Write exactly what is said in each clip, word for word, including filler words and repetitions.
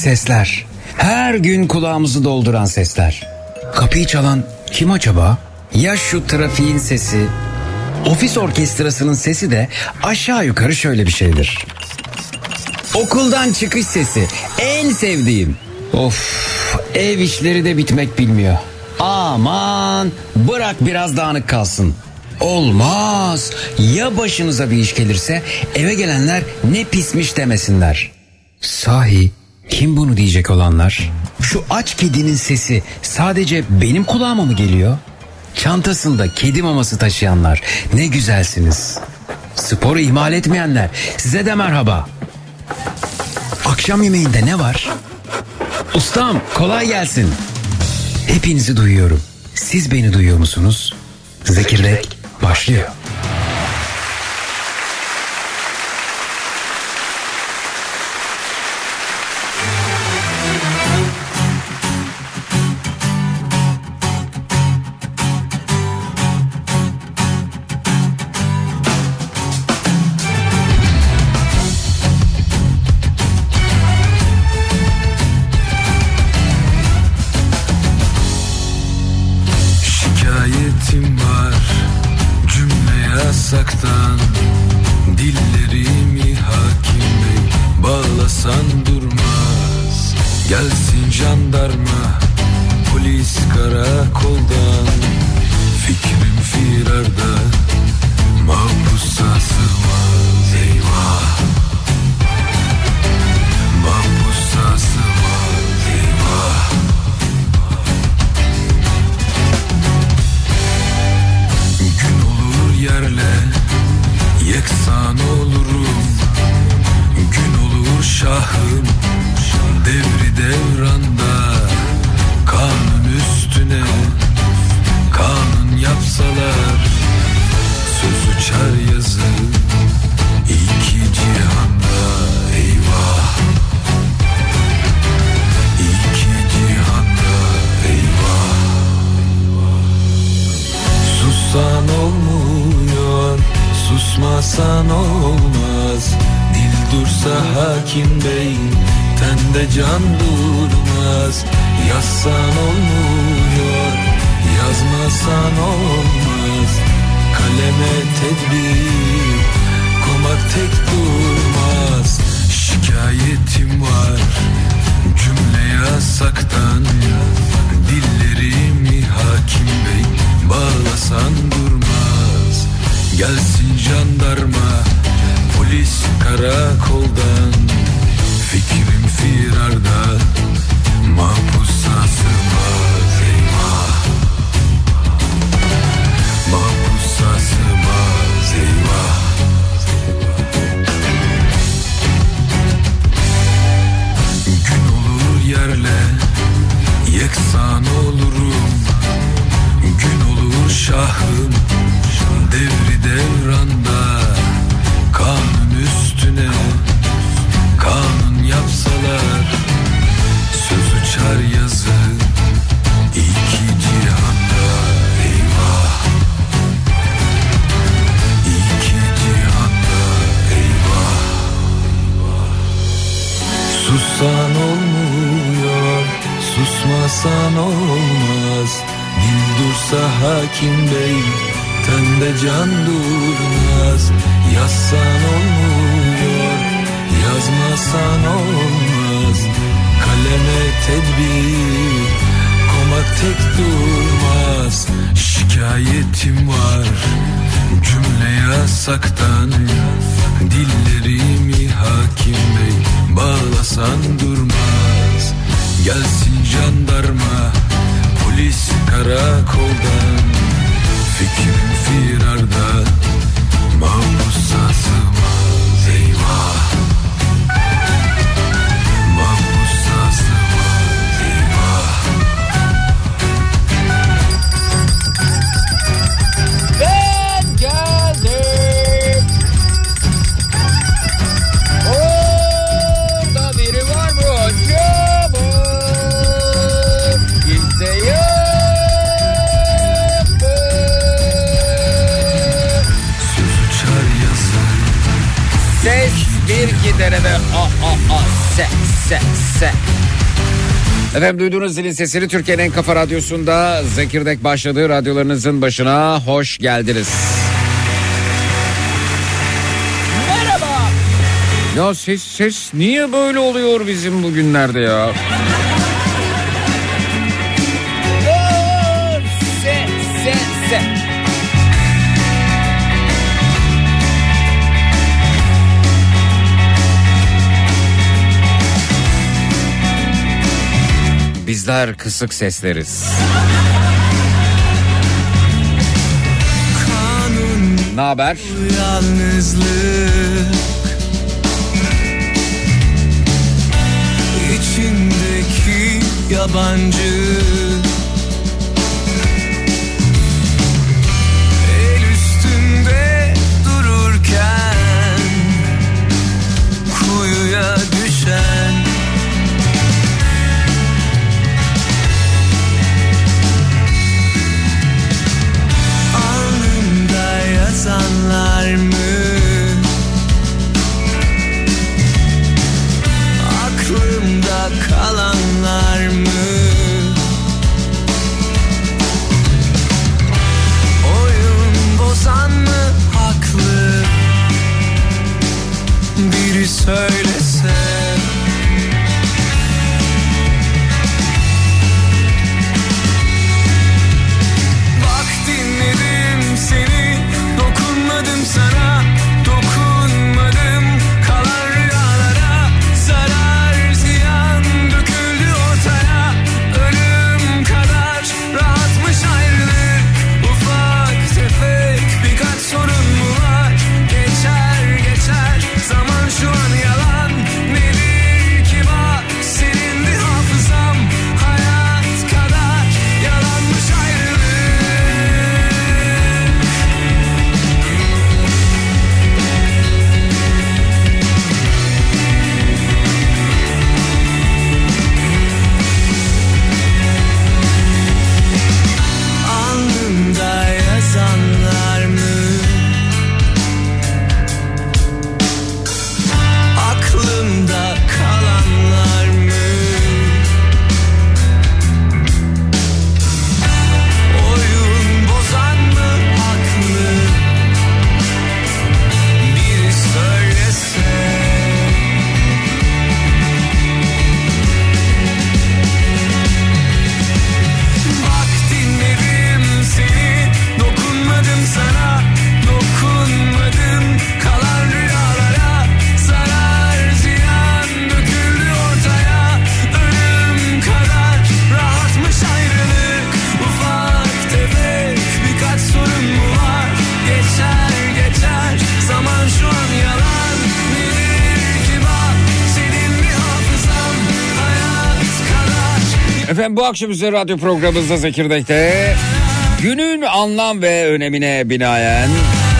sesler. Her gün kulağımızı dolduran sesler. Kapıyı çalan kim acaba? Ya şu trafiğin sesi, ofis orkestrasının sesi de aşağı yukarı şöyle bir şeydir. Okuldan çıkış sesi, en sevdiğim. Of, ev işleri de bitmek bilmiyor. Aman, bırak biraz dağınık kalsın. Olmaz. Ya başınıza bir iş gelirse eve gelenler ne pismiş demesinler. Sahi kim bunu diyecek olanlar? Şu aç kedinin sesi sadece benim kulağıma mı geliyor? Çantasında kedi maması taşıyanlar ne güzelsiniz. Sporu ihmal etmeyenler size de merhaba. Akşam yemeğinde ne var? Ustam kolay gelsin. Hepinizi duyuyorum. Siz beni duyuyor musunuz? Zekirdek başlıyor. Yasaktan dillerimi hakim bey bağlasan durmaz. Gelsin jandarma polis karakoldan. Fikrim firarda mahpusa sığmaz. Eyvah, mahpusa sığmaz. Eyvah. Yerle yeksan olurum. Gün olur şahım devri devranda. Kanun üstüne kanun yapsalar söz uçar yazı iki cihanda. Eyvah, iki cihanda. Eyvah. Sussan olmuyor, susmasan olmaz. Dil dursa hakim bey, tende can durmaz. Yazsan olmuyor, yazmasan olmaz. Kaleme tedbir, komak tek durmaz. Şikayetim var cümle yasaktan. Dillerimi hakim bey bağlasan durmaz. Gelsin jandarma polis karakoldan. Fikrim firarda mahpusa sığmaz. Eyvah, mahpusa sığmaz. Eyvah. Gün olur yerle yeksan olurum. Gün olur şahım devri devranda. Kanun üstüne kanun yapsalar söz uçar yazı iki cihanda. Eyvah, iki cihanda. Eyvah. Sussan olmuyor, susmasan olmaz. Dil dursa hakim bey, tende can durmaz. Yazsan olmuyor, yazmasan olmaz. Kaleme tedbir, komak tek durmaz. Şikayetim var cümle yasaktan. Dillerimi hakim bey bağlasan durmaz. Gelsin jandarma polis karakoldan. Fikrim firarda mahpusa sığmaz. Eyvah, mahpusa sığmaz. Eyvah. Ben geldim. Orada biri var mı acaba? Kimse yok. se se. Efendim duyduğunuz zilin sesini Türkiye'nin en kafa radyosunda Zekirdek başladı. Radyolarınızın başına hoş geldiniz. Merhaba. Ya ses ses niye böyle oluyor bizim bugünlerde ya? Oh, se se se. Bizler kısık sesleriz. Ne haber? Yalnızlık içindeki yabancı el üstünde dururken kuyuya düşen alnımda yazanlar mı? Aklımda kalanlar mı? Oyun bozan mı haklı? Biri söylese. Bak dinledim seni, dokunmadım sana, dokunmadım kalan rüyalara, zarar ziyan döküldü ortaya, ölüm kadar rahatmış ayrılık, ufak tefek birkaç sorun mu var, geçer geçer zaman şu an yalan, nedir ki bak silindi hafızam, hayat kadar yalanmış ayrılık. Alnımda yazanlar mı? Aklımda kalanlar mı? Oyun bozan mı haklı? Biri söylese. Bak dinledim seni, dokunmadım sana, dokunmadım kalan rüyalara, zarar ziyan döküldü ortaya, ölüm kadar rahatmış ayrılık, ufak tefek birkaç sorun mu var, geçer geçer zaman şu an yalan, nedir ki bak senin bir hafızam, hayat kadar. Efendim bu akşam üzeri radyo programımızda Zekirdek'te günün anlam ve önemine binaen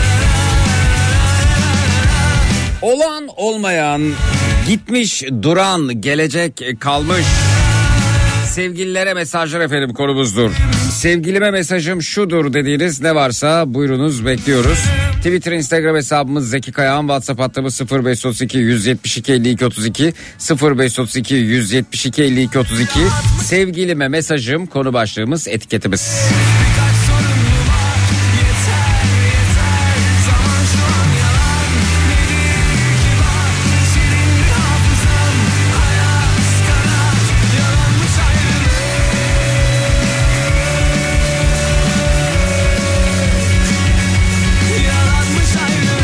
olan olmayan, gitmiş duran, gelecek kalmış sevgililere mesajlar efendim konumuzdur. Sevgilime mesajım şudur dediğiniz ne varsa buyurunuz, bekliyoruz. Twitter, Instagram hesabımız Zeki Kayağan, WhatsApp hattımız sıfır beş otuz iki yüz yetmiş iki elli iki otuz iki sıfır beş otuz iki yüz yetmiş iki elli iki otuz iki. Sevgilime mesajım konu başlığımız, etiketimiz. Birkaç sorun mu var? Yeter yeter zaman şu an yalan, nedir ki bak silindi hafızam, hayat kadar yalanmış ayrılık. Yalanmış ayrılık.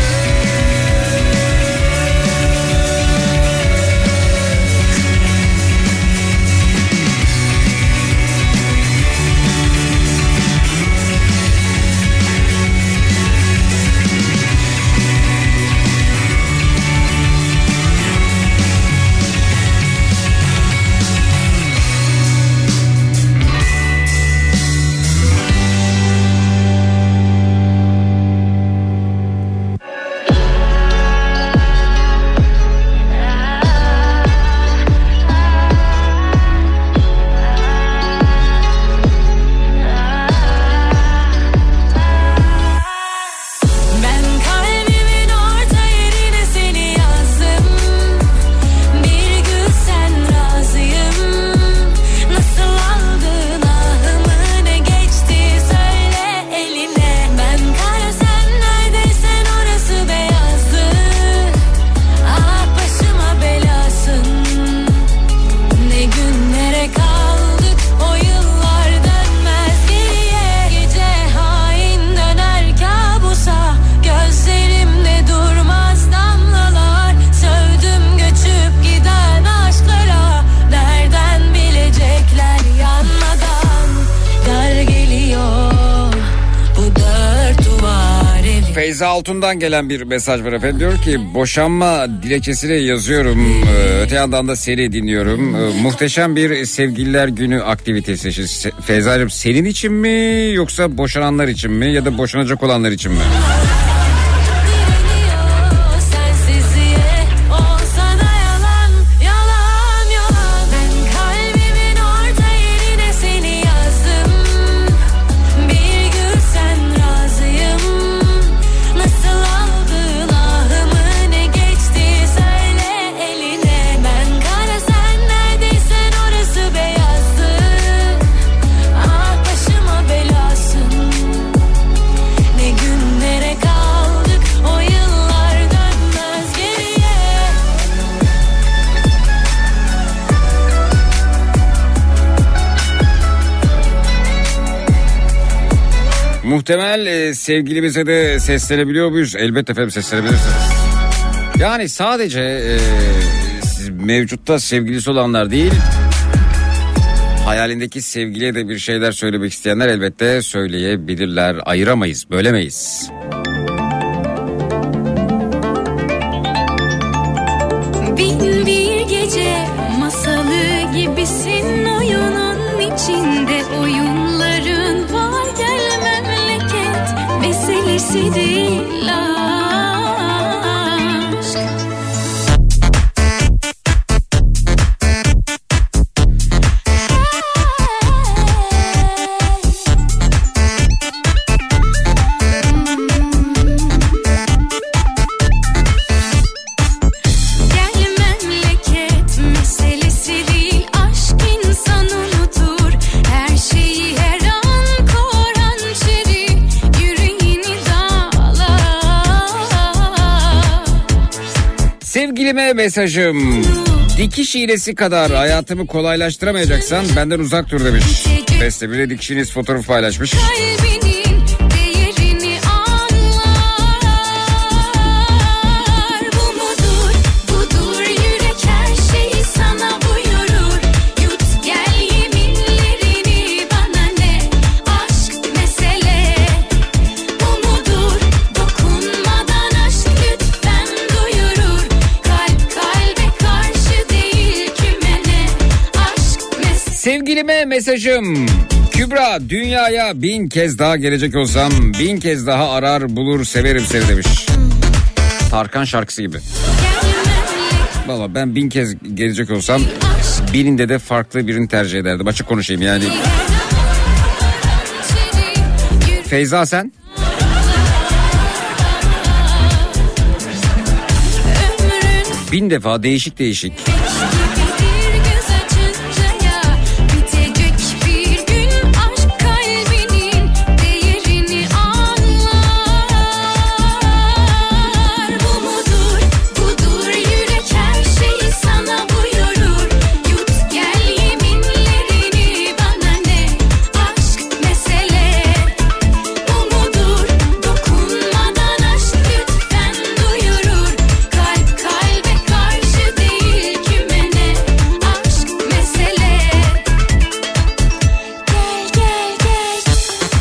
Beyza Altun'dan gelen bir mesaj var efendim. Diyor ki boşanma dilekçesini yazıyorum. Ee, öte yandan da seni dinliyorum. Ee, muhteşem bir sevgililer günü aktivitesi. Se- Feyza'cığım senin için mi yoksa boşananlar için mi ya da boşanacak olanlar için mi? Muhtemel e, sevgilimize de seslenebiliyor muyuz? Elbette efendim seslenebilirsiniz. Yani sadece e, siz mevcutta sevgilisi olanlar değil, hayalindeki sevgiliye de bir şeyler söylemek isteyenler elbette söyleyebilirler. Ayıramayız, bölemeyiz. Bin bir gece masalı gibisin, oyunun içinde oyunların var. Gel memleket meselesi değil aşk. Sevgilime mesajım. Dikiş iğnesi kadar hayatımı kolaylaştıramayacaksan benden uzak dur demiş. Beste bir de dikişiniz fotoğrafı paylaşmış. Kalbinin değerini anlar. Bu mudur, budur, yürek her şeyi sana buyurur. Yut gel yeminlerini, bana ne aşk mesele. Bu mudur, dokunmadan aşk lütfen duyurur. Kalp kalbe karşı değil kime ne aşk mesele. Sevgilime mesajım. Kübra, dünyaya bin kez daha gelecek olsam bin kez daha arar bulur severim seni demiş. Tarkan şarkısı gibi. Valla ben bin kez gelecek olsam birinde de farklı birini tercih ederdim. Açık konuşayım yani. Feyza sen? Bin defa değişik değişik. Bir göz açıncaya bitecek bir gün, aşk kalbinin değerini anlar. Bu mudur, budur, yürek her şeyi sana buyurur. Yut gel yeminlerini, bana ne aşk mesele. Bu mudur, dokunmadan aşk lütfen duyurur. Kalp kalbe karşı değil kime ne aşk mesele. Gel gel gel.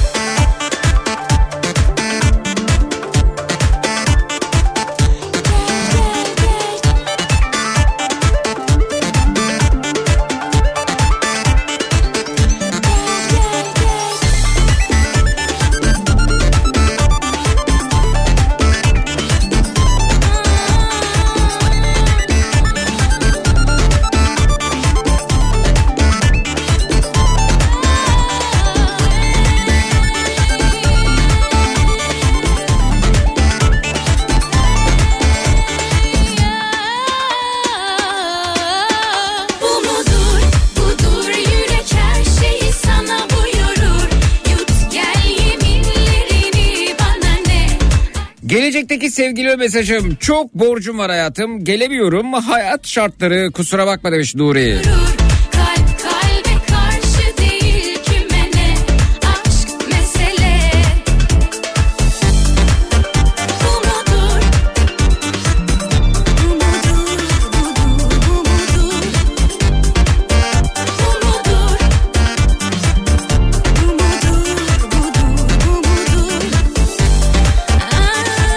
Bu mudur, budur, yürek her şeyi sana buyurur. Yut gel yeminlerini, bana ne. Gelecekteki sevgilime mesajım. Çok borcum var hayatım. Gelemiyorum. Hayat şartları kusura bakma demiş Nuri. Kalp kalbe karşı değil kime ne aşk mesele. Bu mudur, bu mudur, budur, bu mudur. Bu mudur, bu mudur, budur, bu mudur.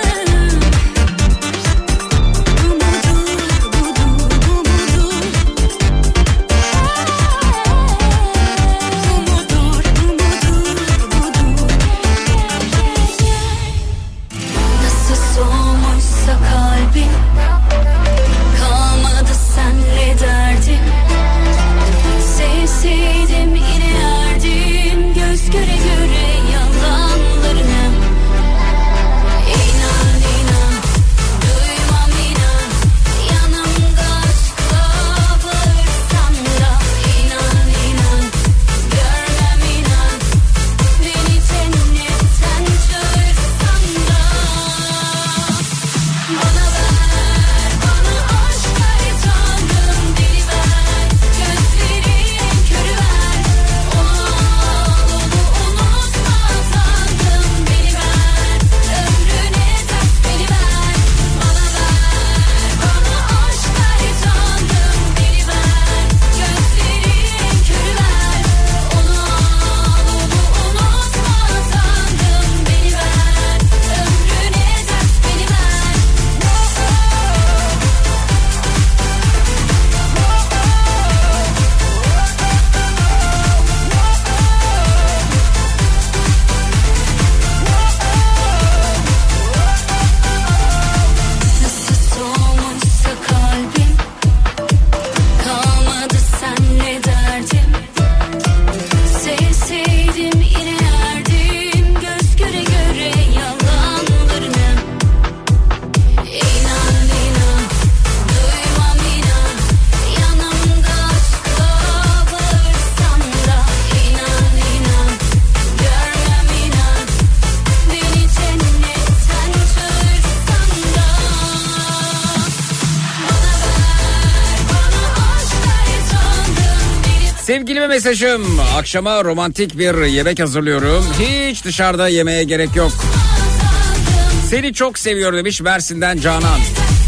Sevgilime mesajım. Akşama romantik bir yemek hazırlıyorum. Hiç dışarıda yemeğe gerek yok. Seni çok seviyor demiş Mersin'den Canan.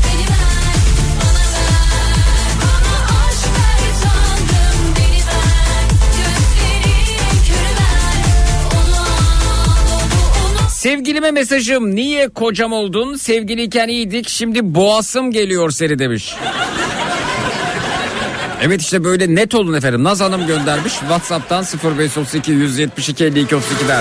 Sevgilime mesajım. Niye kocam oldun? Sevgiliyken iyiydik. Şimdi boğasım geliyor seni demiş. Evet işte böyle net olun efendim. Naz Hanım göndermiş. WhatsApp'tan sıfır beş otuz iki yüz yetmiş iki elli iki otuz iki'den.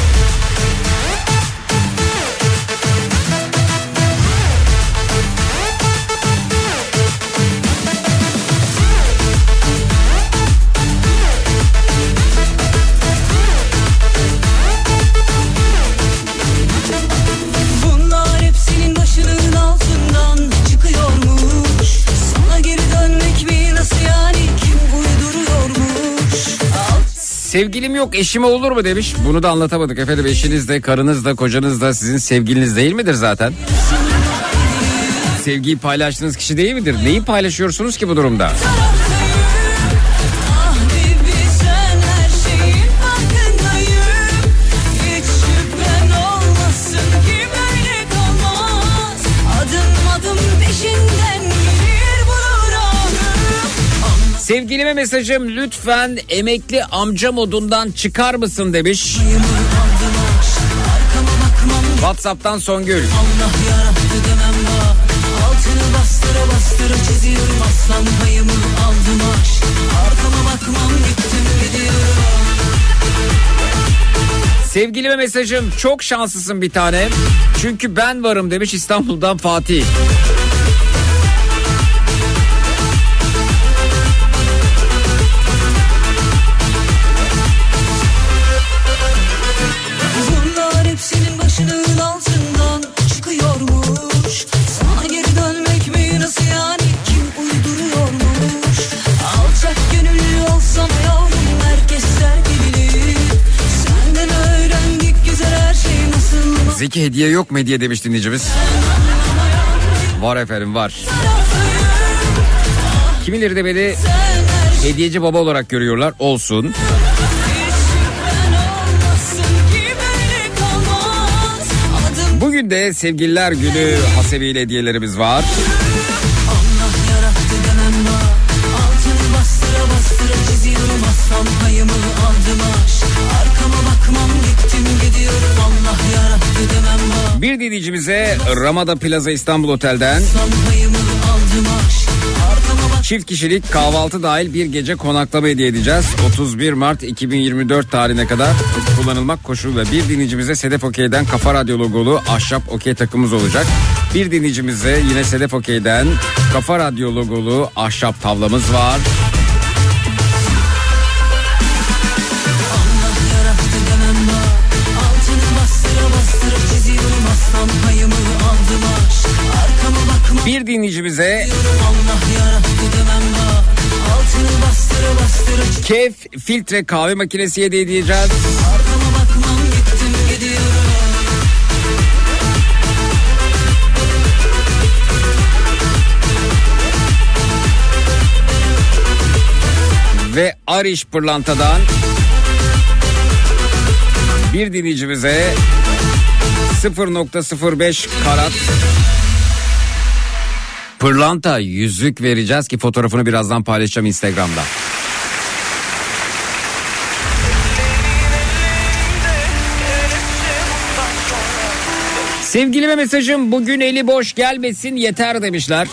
Sevgilim yok eşime olur mu demiş. Bunu da anlatamadık efendim. Eşiniz de karınız da kocanız da sizin sevgiliniz değil midir zaten? Sevgiyi paylaştığınız kişi değil midir? Neyi paylaşıyorsunuz ki bu durumda? Sevgilime mesajım lütfen emekli amca modundan çıkar mısın demiş. WhatsApp'tan Songül. Allah yarattı demem bak. Altını bastıra bastıra çiziyorum aslan payımı aldım aşk. Arkama bakmam gittim gidiyorum. Sevgilime mesajım çok şanslısın bir tane. Çünkü ben varım demiş İstanbul'dan Fatih. Zeki hediye yok mu hediye demiş dinleyicimiz. Var efendim var. Kimileri de beni hediyeci baba olarak görüyorlar. Olsun. Bugün de sevgililer günü hasebiyle hediyelerimiz var. Allah yarattı demem var. Altını bastıra bastıra çiziyorum aslan payımı aldım aşk. Arkama bakmam gittim gidiyorum. Allah yarattı demem var. Bir dinleyicimize Ramada Plaza İstanbul Otel'den çift kişilik kahvaltı dahil bir gece konaklama hediye edeceğiz. otuz bir Mart iki bin yirmi dört tarihine kadar kullanılmak koşuluyla. Bir dinleyicimize Sedef Okey'den Kafa Radyo logolu ahşap okey takımımız olacak. Bir dinleyicimize yine Sedef Okey'den Kafa Radyo logolu ahşap tavlamız var. Bir dinleyicimize Kef filtre kahve makinesi hediye edeceğiz. Ve Ariş Pırlanta'dan bir dinleyicimize sıfır nokta sıfır beş karat pırlanta yüzük vereceğiz ki fotoğrafını birazdan paylaşacağım Instagram'da. Sevgilime mesajım bugün eli boş gelmesin yeter demişler.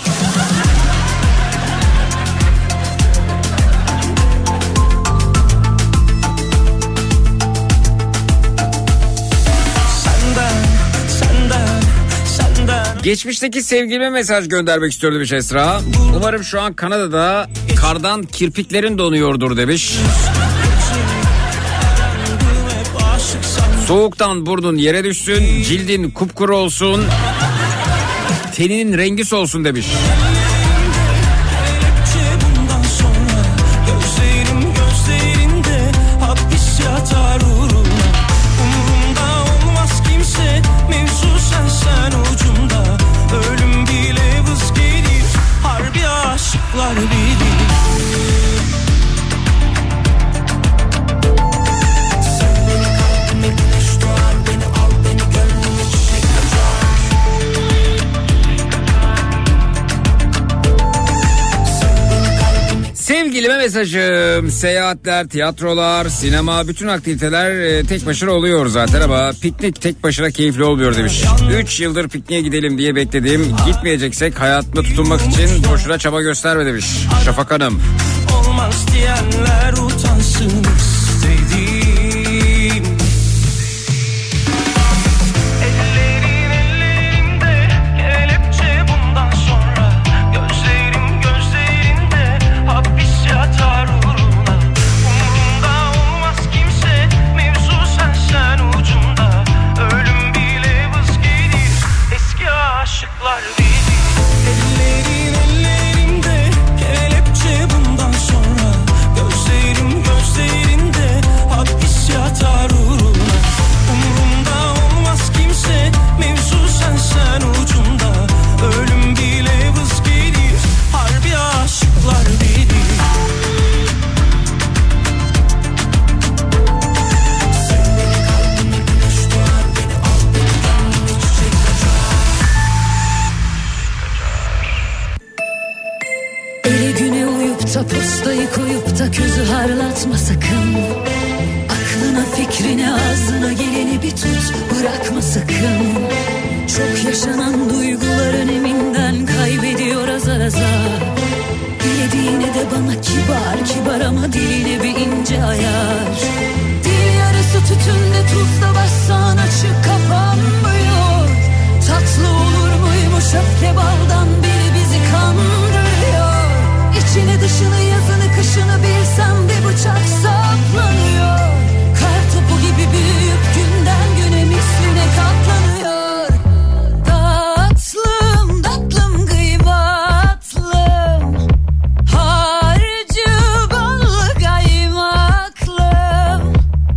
Geçmişteki sevgilime mesaj göndermek istiyor demiş Esra. Umarım şu an Kanada'da kardan kirpiklerin donuyordur demiş. Soğuktan burnun yere düşsün, cildin kupkuru olsun, teninin rengi solsun demiş. mesajım. Seyahatler, tiyatrolar, sinema, bütün aktiviteler e, tek başına oluyor zaten ama piknik tek başına keyifli olmuyor demiş. üç yıldır pikniğe gidelim diye bekledim. Gitmeyeceksek hayatına tutunmak için boşuna çaba gösterme demiş Şafak Hanım. Olmaz diyenler utansın istedim. Ellerin ellerimde kelepçe bundan sonra. Gözlerim gözlerinde hapis yatar uğruna. Umurumda olmaz kimse, mevzu sen sen ucunda. Ölüm bile vız gelir, eski aşıklar bilir. Ellerin ellerimde kelepçe bundan sonra. Gözlerim gözlerinde hapis yatar uğruna. Umurumda olmaz kimse, mevzu sen sen ucunda. Ölüm bile vız gelir, harbi aşıklar bilir. Eli güne uyup da postayı koyup da közü harlatma sakın. Aklına fikrine ağzına geleni bir tut, bırakma sakın. Çok yaşanan duygular öneminden kaybediyor azar azar. Dilediğine de bana kibar kibar ama diline bir ince ayar. Dil yarısı tütünde tuzla bassan açık kapanmıyor. Tatlı olur muymuş öfke baldan biri bizi kandırıyor. İçini dışını yazını kışını bilsem bir bıçak saplanıyor. Kar topu gibi büyüyüp günden güne misline katlanıyor. Tatlım tatlım kıymatlım, harcı ballı kaymaklım.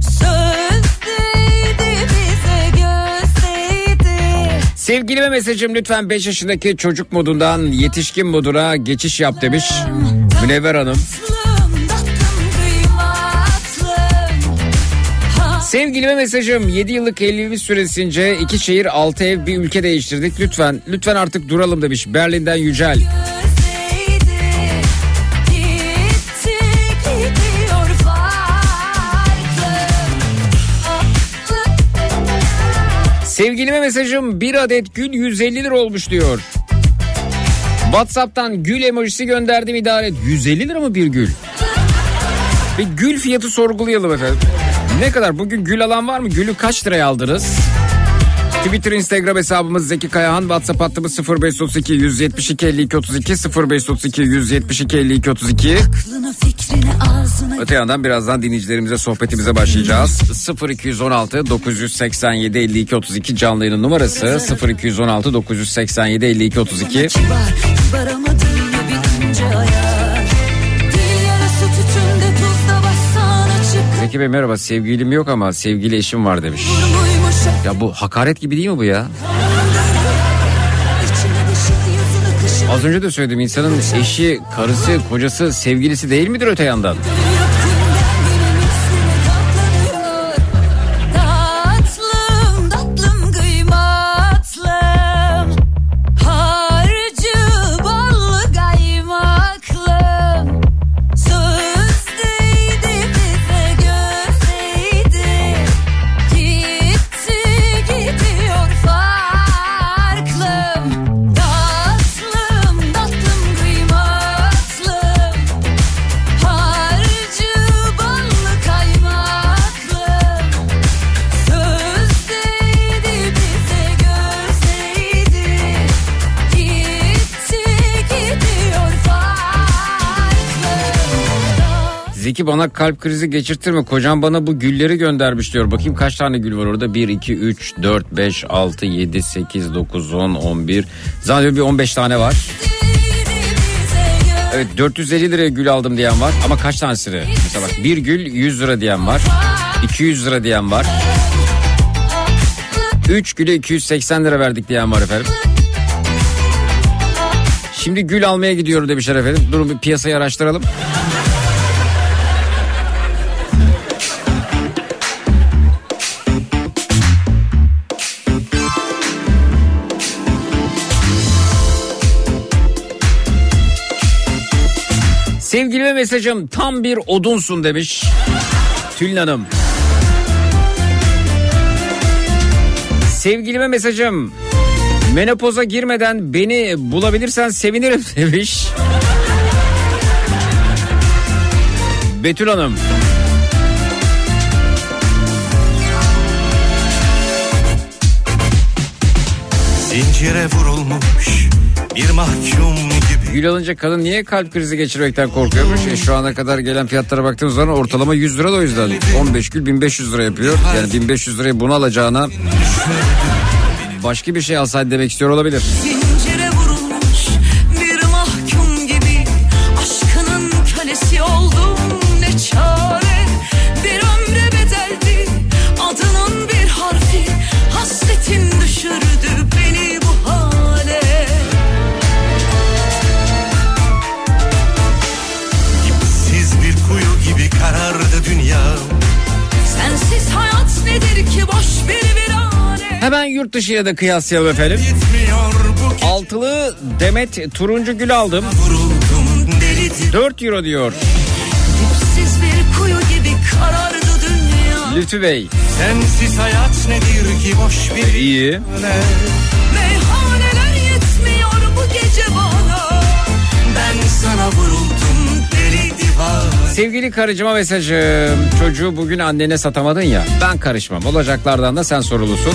Sözdeydi bize gözdeydi. Sevgilime mesajım, lütfen beş yaşındaki çocuk modundan yetişkin moduna geçiş yap demiş Münevver Hanım. Tatlım tatlım kıymatlım. Sevgilime mesajım, yedi yıllık evliliğimiz süresince iki şehir altı ev bir ülke değiştirdik. Lütfen lütfen artık duralım demiş Berlin'den Yücel. Gözdeydi, gitti gidiyor farklı. Sevgilime mesajım, bir adet gül yüz elli lira olmuş diyor. WhatsApp'tan gül emojisi gönderdim, idare et. yüz elli lira mı bir gül? Bir gül fiyatı sorgulayalım efendim. Ne kadar? Bugün gül alan var mı? Gülü kaç liraya aldınız? Twitter, Instagram hesabımız Zeki Kayahan. WhatsApp hattımız sıfır beş otuz iki yüz yetmiş iki elli iki otuz iki sıfır beş otuz iki yüz yetmiş iki elli iki otuz iki. Aklına fikrine ağzına Öte yandan birazdan dinleyicilerimize sohbetimize başlayacağız. sıfır iki yüz on altı dokuz yüz seksen yedi elli iki otuz iki canlı yayının numarası sıfır iki yüz on altı dokuz yüz seksen yedi elli iki otuz iki. kibar kibar ama diline bir ince ayar. Dil yarısı tütünde tuzla bassan açık Zeki Bey merhaba, sevgilim yok ama sevgili eşim var demiş. muymuş Ya bu hakaret gibi değil mi bu ya? içine dışını yazını kışını. Az önce de söyledim, insanın eşi, karısı, kocası, sevgilisi değil midir öte yandan? Tatlım tatlım kıymatlım, harcı ballı kaymaklım. Sözdeydi bize gözdeydi, gitti gidiyor farklım. Tatlım tatlım kıymatlım, harcı ballı kaymaklım. Sözdeydi bize gözdeydi, gitti gidiyor farklım. Zeki bana kalp krizi geçirtirme, kocam bana bu gülleri göndermiş diyor. Bakayım kaç tane gül var orada? bir, iki, üç, dört, beş, altı, yedi, sekiz, dokuz, on, on bir. Zannediyorum bir on beş tane var. Evet, dört yüz elli liraya gül aldım diyen var ama kaç tanesini? Mesela bak, bir gül yüz lira diyen var. iki yüz lira diyen var. üç güle iki yüz seksen lira verdik diyen var efendim. Şimdi gül almaya gidiyorum demişler efendim. Durun bir piyasayı araştıralım. Sevgilime mesajım tam bir odunsun demiş Tülin Hanım. Sevgilime mesajım menopoza girmeden beni bulabilirsen sevinirim demiş Betül Hanım. Zincire vurulmuş bir mahkum gibi. Gül alınca kadın niye kalp krizi geçirmekten korkuyormuş? E şu ana kadar gelen fiyatlara baktığımız zaman ortalama yüz lira da o yüzden. on beş gül bin beş yüz lira yapıyor. Yani bin beş yüz lirayı bunu alacağına başka bir şey alsaydı demek istiyor olabilir. Zincire vurulmuş bir mahkum gibi aşkının kölesi oldum ne çare. Bir ömre bedeldi adının bir harfi, hasretin düşürdü beni bu hale. Dipsiz bir kuyu gibi karardı dünya. Sensiz hayat nedir ki boş bir virane. Hemen yurt dışıyla da kıyaslayalım efendim. Gitmiyor bu gece. Altılı Demet turuncu gül aldım. Vuruldum deli dört euro diyor Dipsiz bir kuyu gibi karardı dünya. Lütfü Bey. sensiz hayat nedir ki boş bir İyi. ne? Meyhaneler yetmiyor bu gece bana. Ben sana vuruldum deli divane. Sevgili karıcıma mesajım. Çocuğu bugün annene satamadın ya. Ben karışmam. Olacaklardan da sen sorumlusun.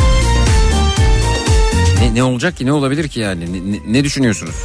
Ne, ne olacak ki? Ne olabilir ki yani? Ne, ne, ne düşünüyorsunuz?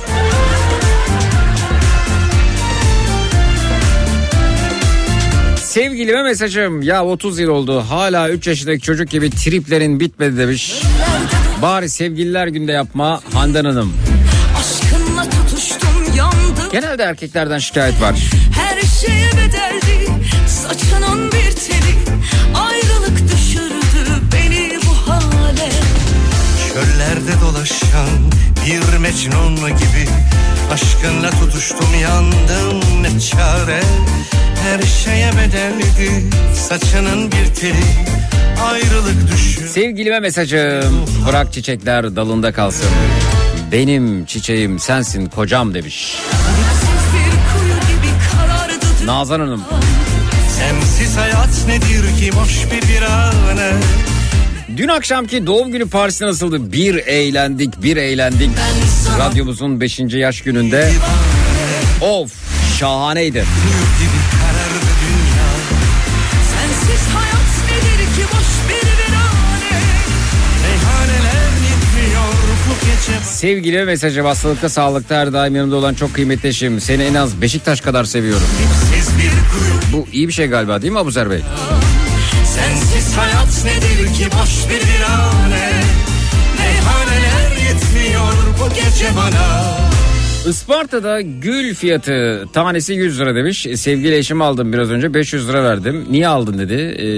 Sevgilime mesajım. Ya otuz yıl oldu. Hala üç yaşındaki çocuk gibi triplerin bitmedi demiş. Bari sevgililer günde yapma Handan Hanım. Aşkınla tutuştum yandım. Genelde erkeklerden şikayet var. Her şeye bedeldi saçının bir teli. Ayrılık düşürdü beni bu hale. Çöllerde dolaşan bir Mecnun gibi aşkınla tutuştum yandım ne çare. Her şeye bedeldi saçının bir teli. Ayrılık düşür. Sevgilime mesajım. Bırak çiçekler dalında kalsın. Benim çiçeğim sensin kocam demiş. Dipsiz bir kuyu gibi karardı dünya. Nazan Hanım. Sensiz hayat nedir ki boş bir virane. Dün akşamki doğum günü partisi nasıldı? Bir eğlendik, bir eğlendik. Radyomuzun beşinci yaş gününde. Of, şahaneydi. Gibi karardı dünya. Sensiz hayat nedir ki boş bir virane. Meyhaneler gitmiyor bu gece. Sevgili mesajı hastalıkta sağlıkta her daim yanımda olan çok kıymetli eşim. Seni en az Beşiktaş kadar seviyorum. Siz bir kuyu. Bu iyi bir şey galiba değil mi Abuzer Bey? Sensiz hayat nedir ki boş bir virane. Meyhaneler yetmiyor bu gece bana. Isparta'da gül fiyatı tanesi yüz lira demiş. Sevgili eşimi aldım biraz önce beş yüz lira verdim. Niye aldın dedi. Ee,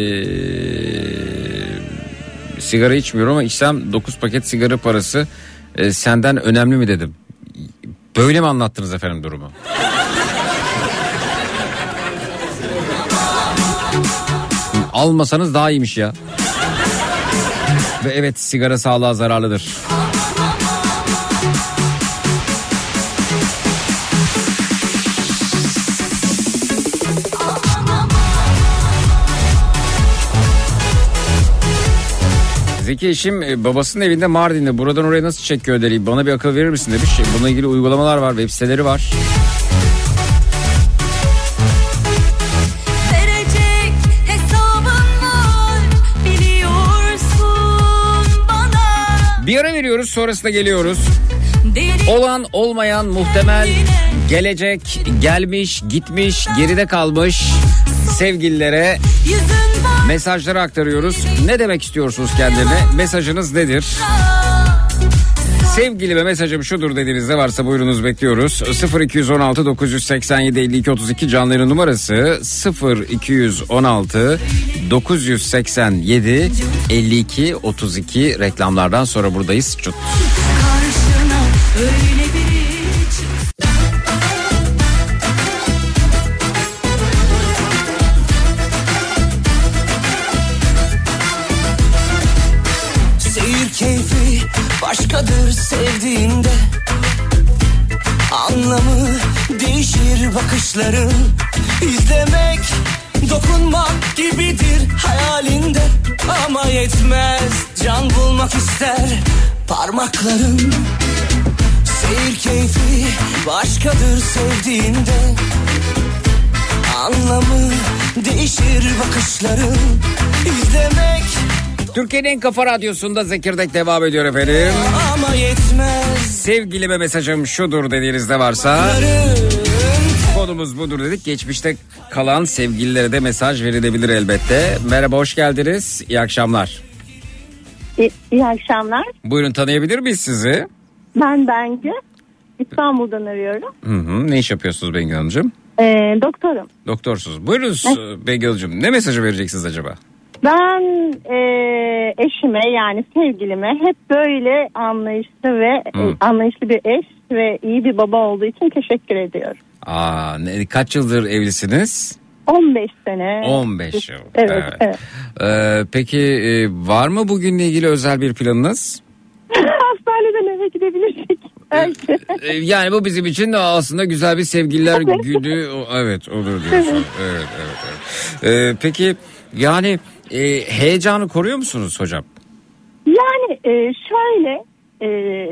sigara içmiyorum ama içsem dokuz paket sigara parası e, senden önemli mi dedim. Böyle mi anlattınız efendim durumu? Almasanız daha iyiymiş ya. Ve evet, sigara sağlığa zararlıdır. Zeki eşim babasının evinde Mardin'de, buradan oraya nasıl çek göndereyim, bana bir akıl verir misin demiş. Bununla ilgili uygulamalar var, web siteleri var. Verecek hesabın var, biliyorsun bana. Bir ara veriyoruz, sonrasında geliyoruz. Deli Olan, olmayan, muhtemel, gelecek, gelmiş, gitmiş, geride kalmış sevgililere yüzün var. mesajları aktarıyoruz. Ne demek istiyorsunuz kendilerine? Mesajınız nedir? Sevgilime mesajım şudur dediğinizde varsa buyurunuz, bekliyoruz. sıfır iki on altı dokuz seksen yedi elli iki otuz iki canlı yayın numarası sıfır iki on altı dokuz seksen yedi elli iki otuz iki. Reklamlardan sonra buradayız. Çut. Karşına öyle biri çık. Seyir keyfi başkadır sevdiğinde. Anlamı değişir bakışların. İzlemek, dokunmak gibidir hayalinde. Ama yetmez, can bulmak ister parmakların. Seyir keyfi başkadır sevdiğinde. Anlamı değişir bakışların. İzlemek. Türkiye'nin en kafa radyosunda Zekirdek devam ediyor efendim. Ama yetmez. Sevgilime mesajım şudur dediğinizde varsa konumuz budur dedik. Geçmişte kalan sevgililere de mesaj verilebilir elbette. Merhaba, hoş geldiniz. İyi akşamlar. İyi, iyi akşamlar. Buyurun, tanıyabilir miyiz sizi? Ben Bengü. İstanbul'dan arıyorum. Hı hı. Ne iş yapıyorsunuz Bengü Hanımcığım? Ee, doktorum. Doktorsunuz. Buyurunuz Bengü Hanımcığım. Ne mesajı vereceksiniz acaba? Ben e, eşime yani sevgilime hep böyle anlayışlı ve e, anlayışlı bir eş ve iyi bir baba olduğu için teşekkür ediyorum. Aa, ne, kaç yıldır evlisiniz? on beş sene. on beş yıl. Evet. Evet. evet. Ee, peki e, var mı bugünle ilgili özel bir planınız? Hastaneden eve gidebilirsek. Belki. Ee, yani bu bizim için de aslında güzel bir sevgililer günü. O- Evet, olur diyorsun. Evet, evet, evet. Ee, peki yani e, heyecanı koruyor musunuz hocam? Yani e, şöyle e,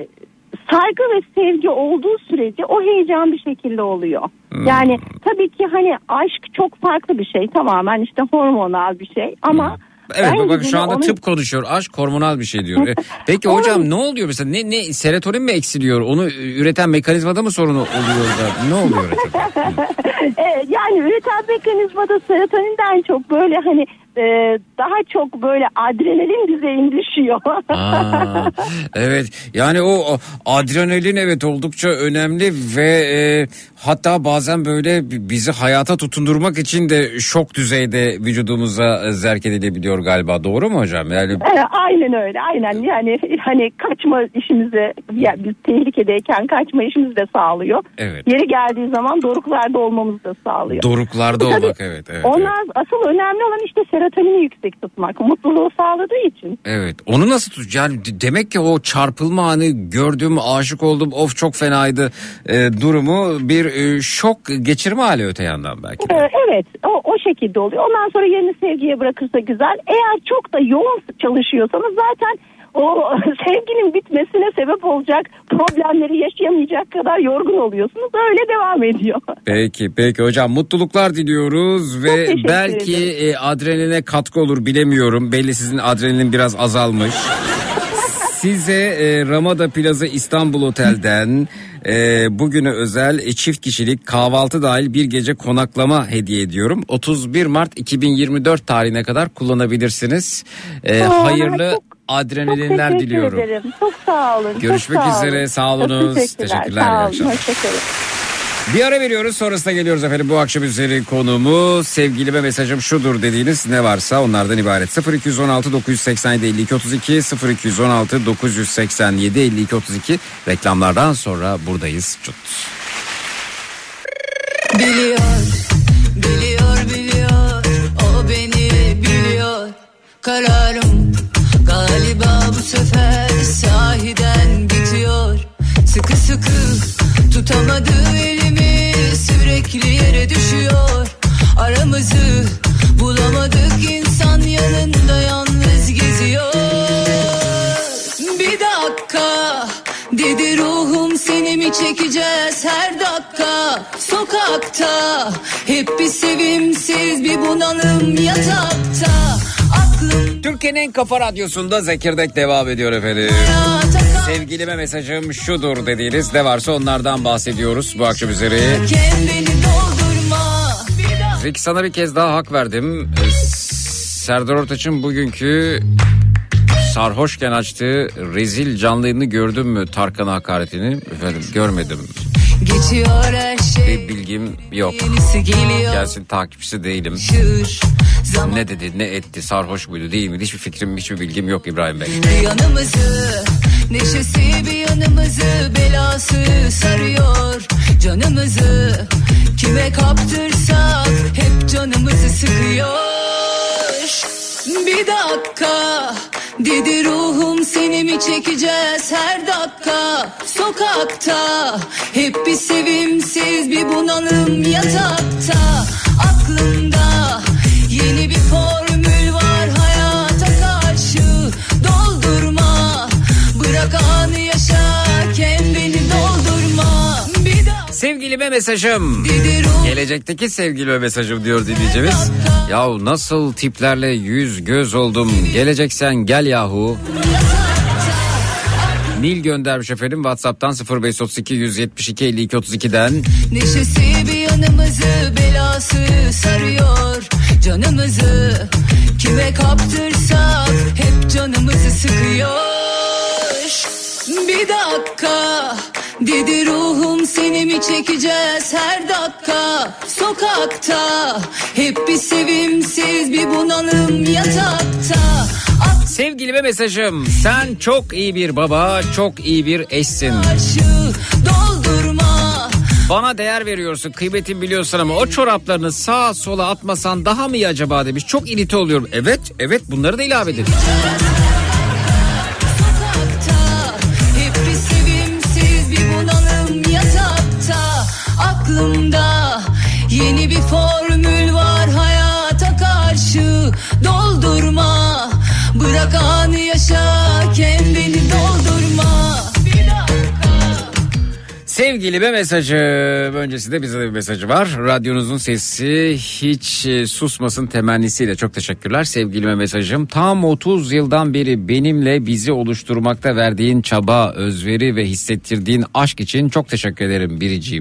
saygı ve sevgi olduğu sürece o heyecan bir şekilde oluyor. Hmm. Yani tabii ki hani aşk çok farklı bir şey, tamamen işte hormonal bir şey ama Hmm. Evet, ben bak şu yine anda onu- tıp konuşuyor. Aşk hormonal bir şey diyor. E, Peki hocam ne oluyor mesela? Ne ne serotonin mi eksiliyor? Onu üreten mekanizmada mı sorun oluyor da? Ne oluyor acaba? Evet, yani üreten mekanizmada serotoninden çok böyle hani e, daha çok böyle adrenalin düzeyinde düşüyor. Aa, evet yani o, o adrenalin evet oldukça önemli ve e, hatta bazen böyle bizi hayata tutundurmak için de şok düzeyde vücudumuza zerk edilebiliyor galiba, doğru mu hocam? Yani E, aynen öyle, aynen yani hani kaçma işimizi, yani biz tehlikedeyken kaçma işimizi de sağlıyor. Evet. Yeri geldiği zaman doruklarda olmamızı da sağlıyor. doruklarda Tabii, olmak, evet evet. Onlar evet. asıl önemli olan işte serotonini yüksek tutmak, mutluluğu sağladığı için. Evet, onu nasıl tut? Yani d- demek ki o çarpılma anı, gördüm, aşık oldum, of çok fenaydı e, durumu bir e, şok geçirme hali öte yandan belki de. Ee, evet, o, o şekilde oluyor. Ondan sonra yerini sevgiye bırakırsa güzel. Eğer çok da yoğun çalışıyorsanız zaten o sevginin bitmesine sebep olacak problemleri yaşayamayacak kadar yorgun oluyorsunuz. Öyle devam ediyor. Peki peki hocam, mutluluklar diliyoruz ve teşekkür belki ederim. e, adrenaline katkı olur, bilemiyorum. Belli sizin adrenalin biraz azalmış. Size e, Ramada Plaza İstanbul Otel'den e, bugüne özel e, çift kişilik kahvaltı dahil bir gece konaklama hediye ediyorum. otuz bir Mart iki bin yirmi dört tarihine kadar kullanabilirsiniz. E, Aa, hayırlı çok- adrenalinler çok diliyorum. ederim. Çok sağ olun. çok Görüşmek sağ üzere, olun. sağ olunuz. Çok teşekkürler. Teşekkürler, iyi Sağ olun. akşamlar. Hoşçakalın. Bir ara veriyoruz, sonrasında geliyoruz efendim. Bu akşam üzeri konuğumuz sevgilime mesajım şudur dediğiniz ne varsa onlardan ibaret. sıfır iki on altı dokuz seksen yedi elli iki otuz iki sıfır iki on altı dokuz seksen yedi elli iki otuz iki reklamlardan sonra buradayız. Çut. Biliyor, biliyor, biliyor. O beni biliyor. Kararım galiba bu sefer sahiden bitiyor. Sıkı sıkı tutamadı elimi, sürekli yere düşüyor. Aramızı bulamadık, insan yanında yalnız geziyor. Bir dakika dedi ruhum, seni mi çekeceğiz her dakika? Sokakta hep bir sevimsiz, bir bunalım yatakta. Aklım Türkiye'nin en kafa radyosunda Zekirdek devam ediyor efendim. hayata Sevgilime mesajım şudur dediğiniz ne varsa onlardan bahsediyoruz bu akşam üzeri. kalken beni doldurma. Bir daha Zeki, sana bir kez daha hak verdim. Ee, Serdar Ortaç'ın bugünkü sarhoşken açtığı rezil canlı yayını gördün mü, Tarkan'a hakaretini? Efendim görmedim. geçiyor her şey. Bir bilgim yok. Yenisi geliyor. Gelsin takipçisi değilim. Şır, zaman Ne dedi, ne etti, sarhoş muydu, değil mi? Hiçbir fikrim, hiçbir bilgim yok İbrahim Bey. bir yanımızı, neşesi bir yanımızı, belası sarıyor canımızı. Kime kaptırsak hep canımızı sıkıyor. Bir dakika Dedi ruhum seni mi çekeceğiz her dakika sokakta. Hep bir sevimsiz bir bunalım yatakta. Aklımda yeni bir formül var hayata karşı. Doldurma, bırak anı yaşarken beni doldurma. Bir daha Sevgilime mesajım. Gelecekteki sevgilime mesajım diyor dinleyicimiz. Yahu nasıl tiplerle yüz göz oldum. Geleceksen gel yahu. Nil göndermiş efendim WhatsApp'tan sıfır beş otuz iki yüz yetmiş iki elli iki otuz iki'den. Neşesi bir yanımızı, belası sarıyor canımızı. Kime kaptırsak hep canımızı sıkıyor. Bir dakika dedi ruhum seni mi çekeceğiz her dakika sokakta. Hep bir sevimsiz bir bunalım yatakta. Sevgilime mesajım. Sen çok iyi bir baba, çok iyi bir eşsin. Doldurma. Bana değer veriyorsun, kıymetimi biliyorsun ama o çoraplarını sağa sola atmasan daha mı iyi acaba demiş. Çok irite oluyorum. Evet, evet bunları da ilave edin. Aklımda yeni bir formül var hayata karşı. Doldurma, bırak anı yaşarken beni doldurma. Sevgilime mesajım. Öncesinde bize de bir mesajı var. Radyonuzun sesi hiç e, susmasın temennisiyle. Çok teşekkürler. Sevgilime mesajım. Tam otuz yıldan beri benimle bizi oluşturmakta verdiğin çaba, özveri ve hissettirdiğin aşk için çok teşekkür ederim biriciğim.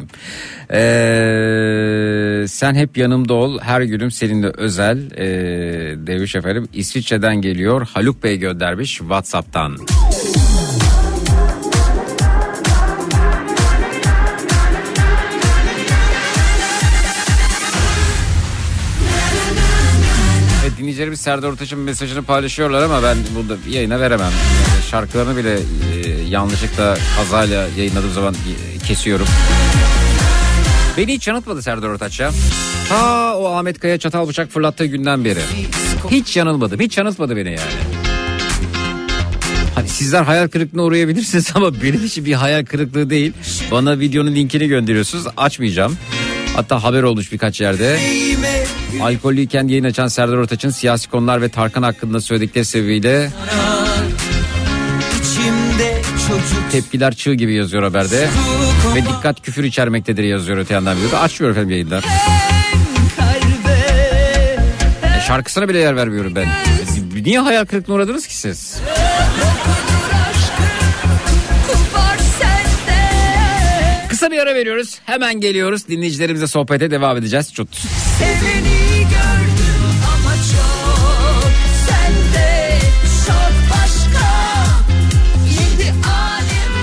Ee, sen hep yanımda ol. Her günüm seninle özel. Ee, demiş efendim. İsviçre'den geliyor. Haluk Bey göndermiş WhatsApp'tan. Dinleyicilerimiz Serdar Ortaç'ın mesajını paylaşıyorlar ama ben burada yayına veremem. Yani şarkılarını bile e, yanlışlıkla kazayla yayınladığım zaman e, kesiyorum. Beni hiç yanıltmadı Serdar Ortaç ya. Ta o Ahmet Kaya çatal bıçak fırlattığı günden beri. Hiç yanılmadım. Hiç yanıltmadı beni yani. Hani sizler hayal kırıklığına uğrayabilirsiniz ama benim için bir hayal kırıklığı değil. Bana videonun linkini gönderiyorsunuz. Açmayacağım. Hatta haber olmuş birkaç yerde. Alkollüyken yayın açan Serdar Ortaç'ın siyasi konular ve Tarkan hakkında söyledikleri sebebiyle tepkiler çığ gibi yazıyor haberde. Ve dikkat küfür içermektedir yazıyor öte yandan videoda. Açmıyor efendim yayınlar. E şarkısına bile yer vermiyorum ben. Niye hayal kırıklığına uğradınız ki siz? Kısa bir ara veriyoruz. Hemen geliyoruz. Dinleyicilerimizle sohbete devam edeceğiz. Çut. Seveni gördüm ama çok, sende çok başka, yedi alem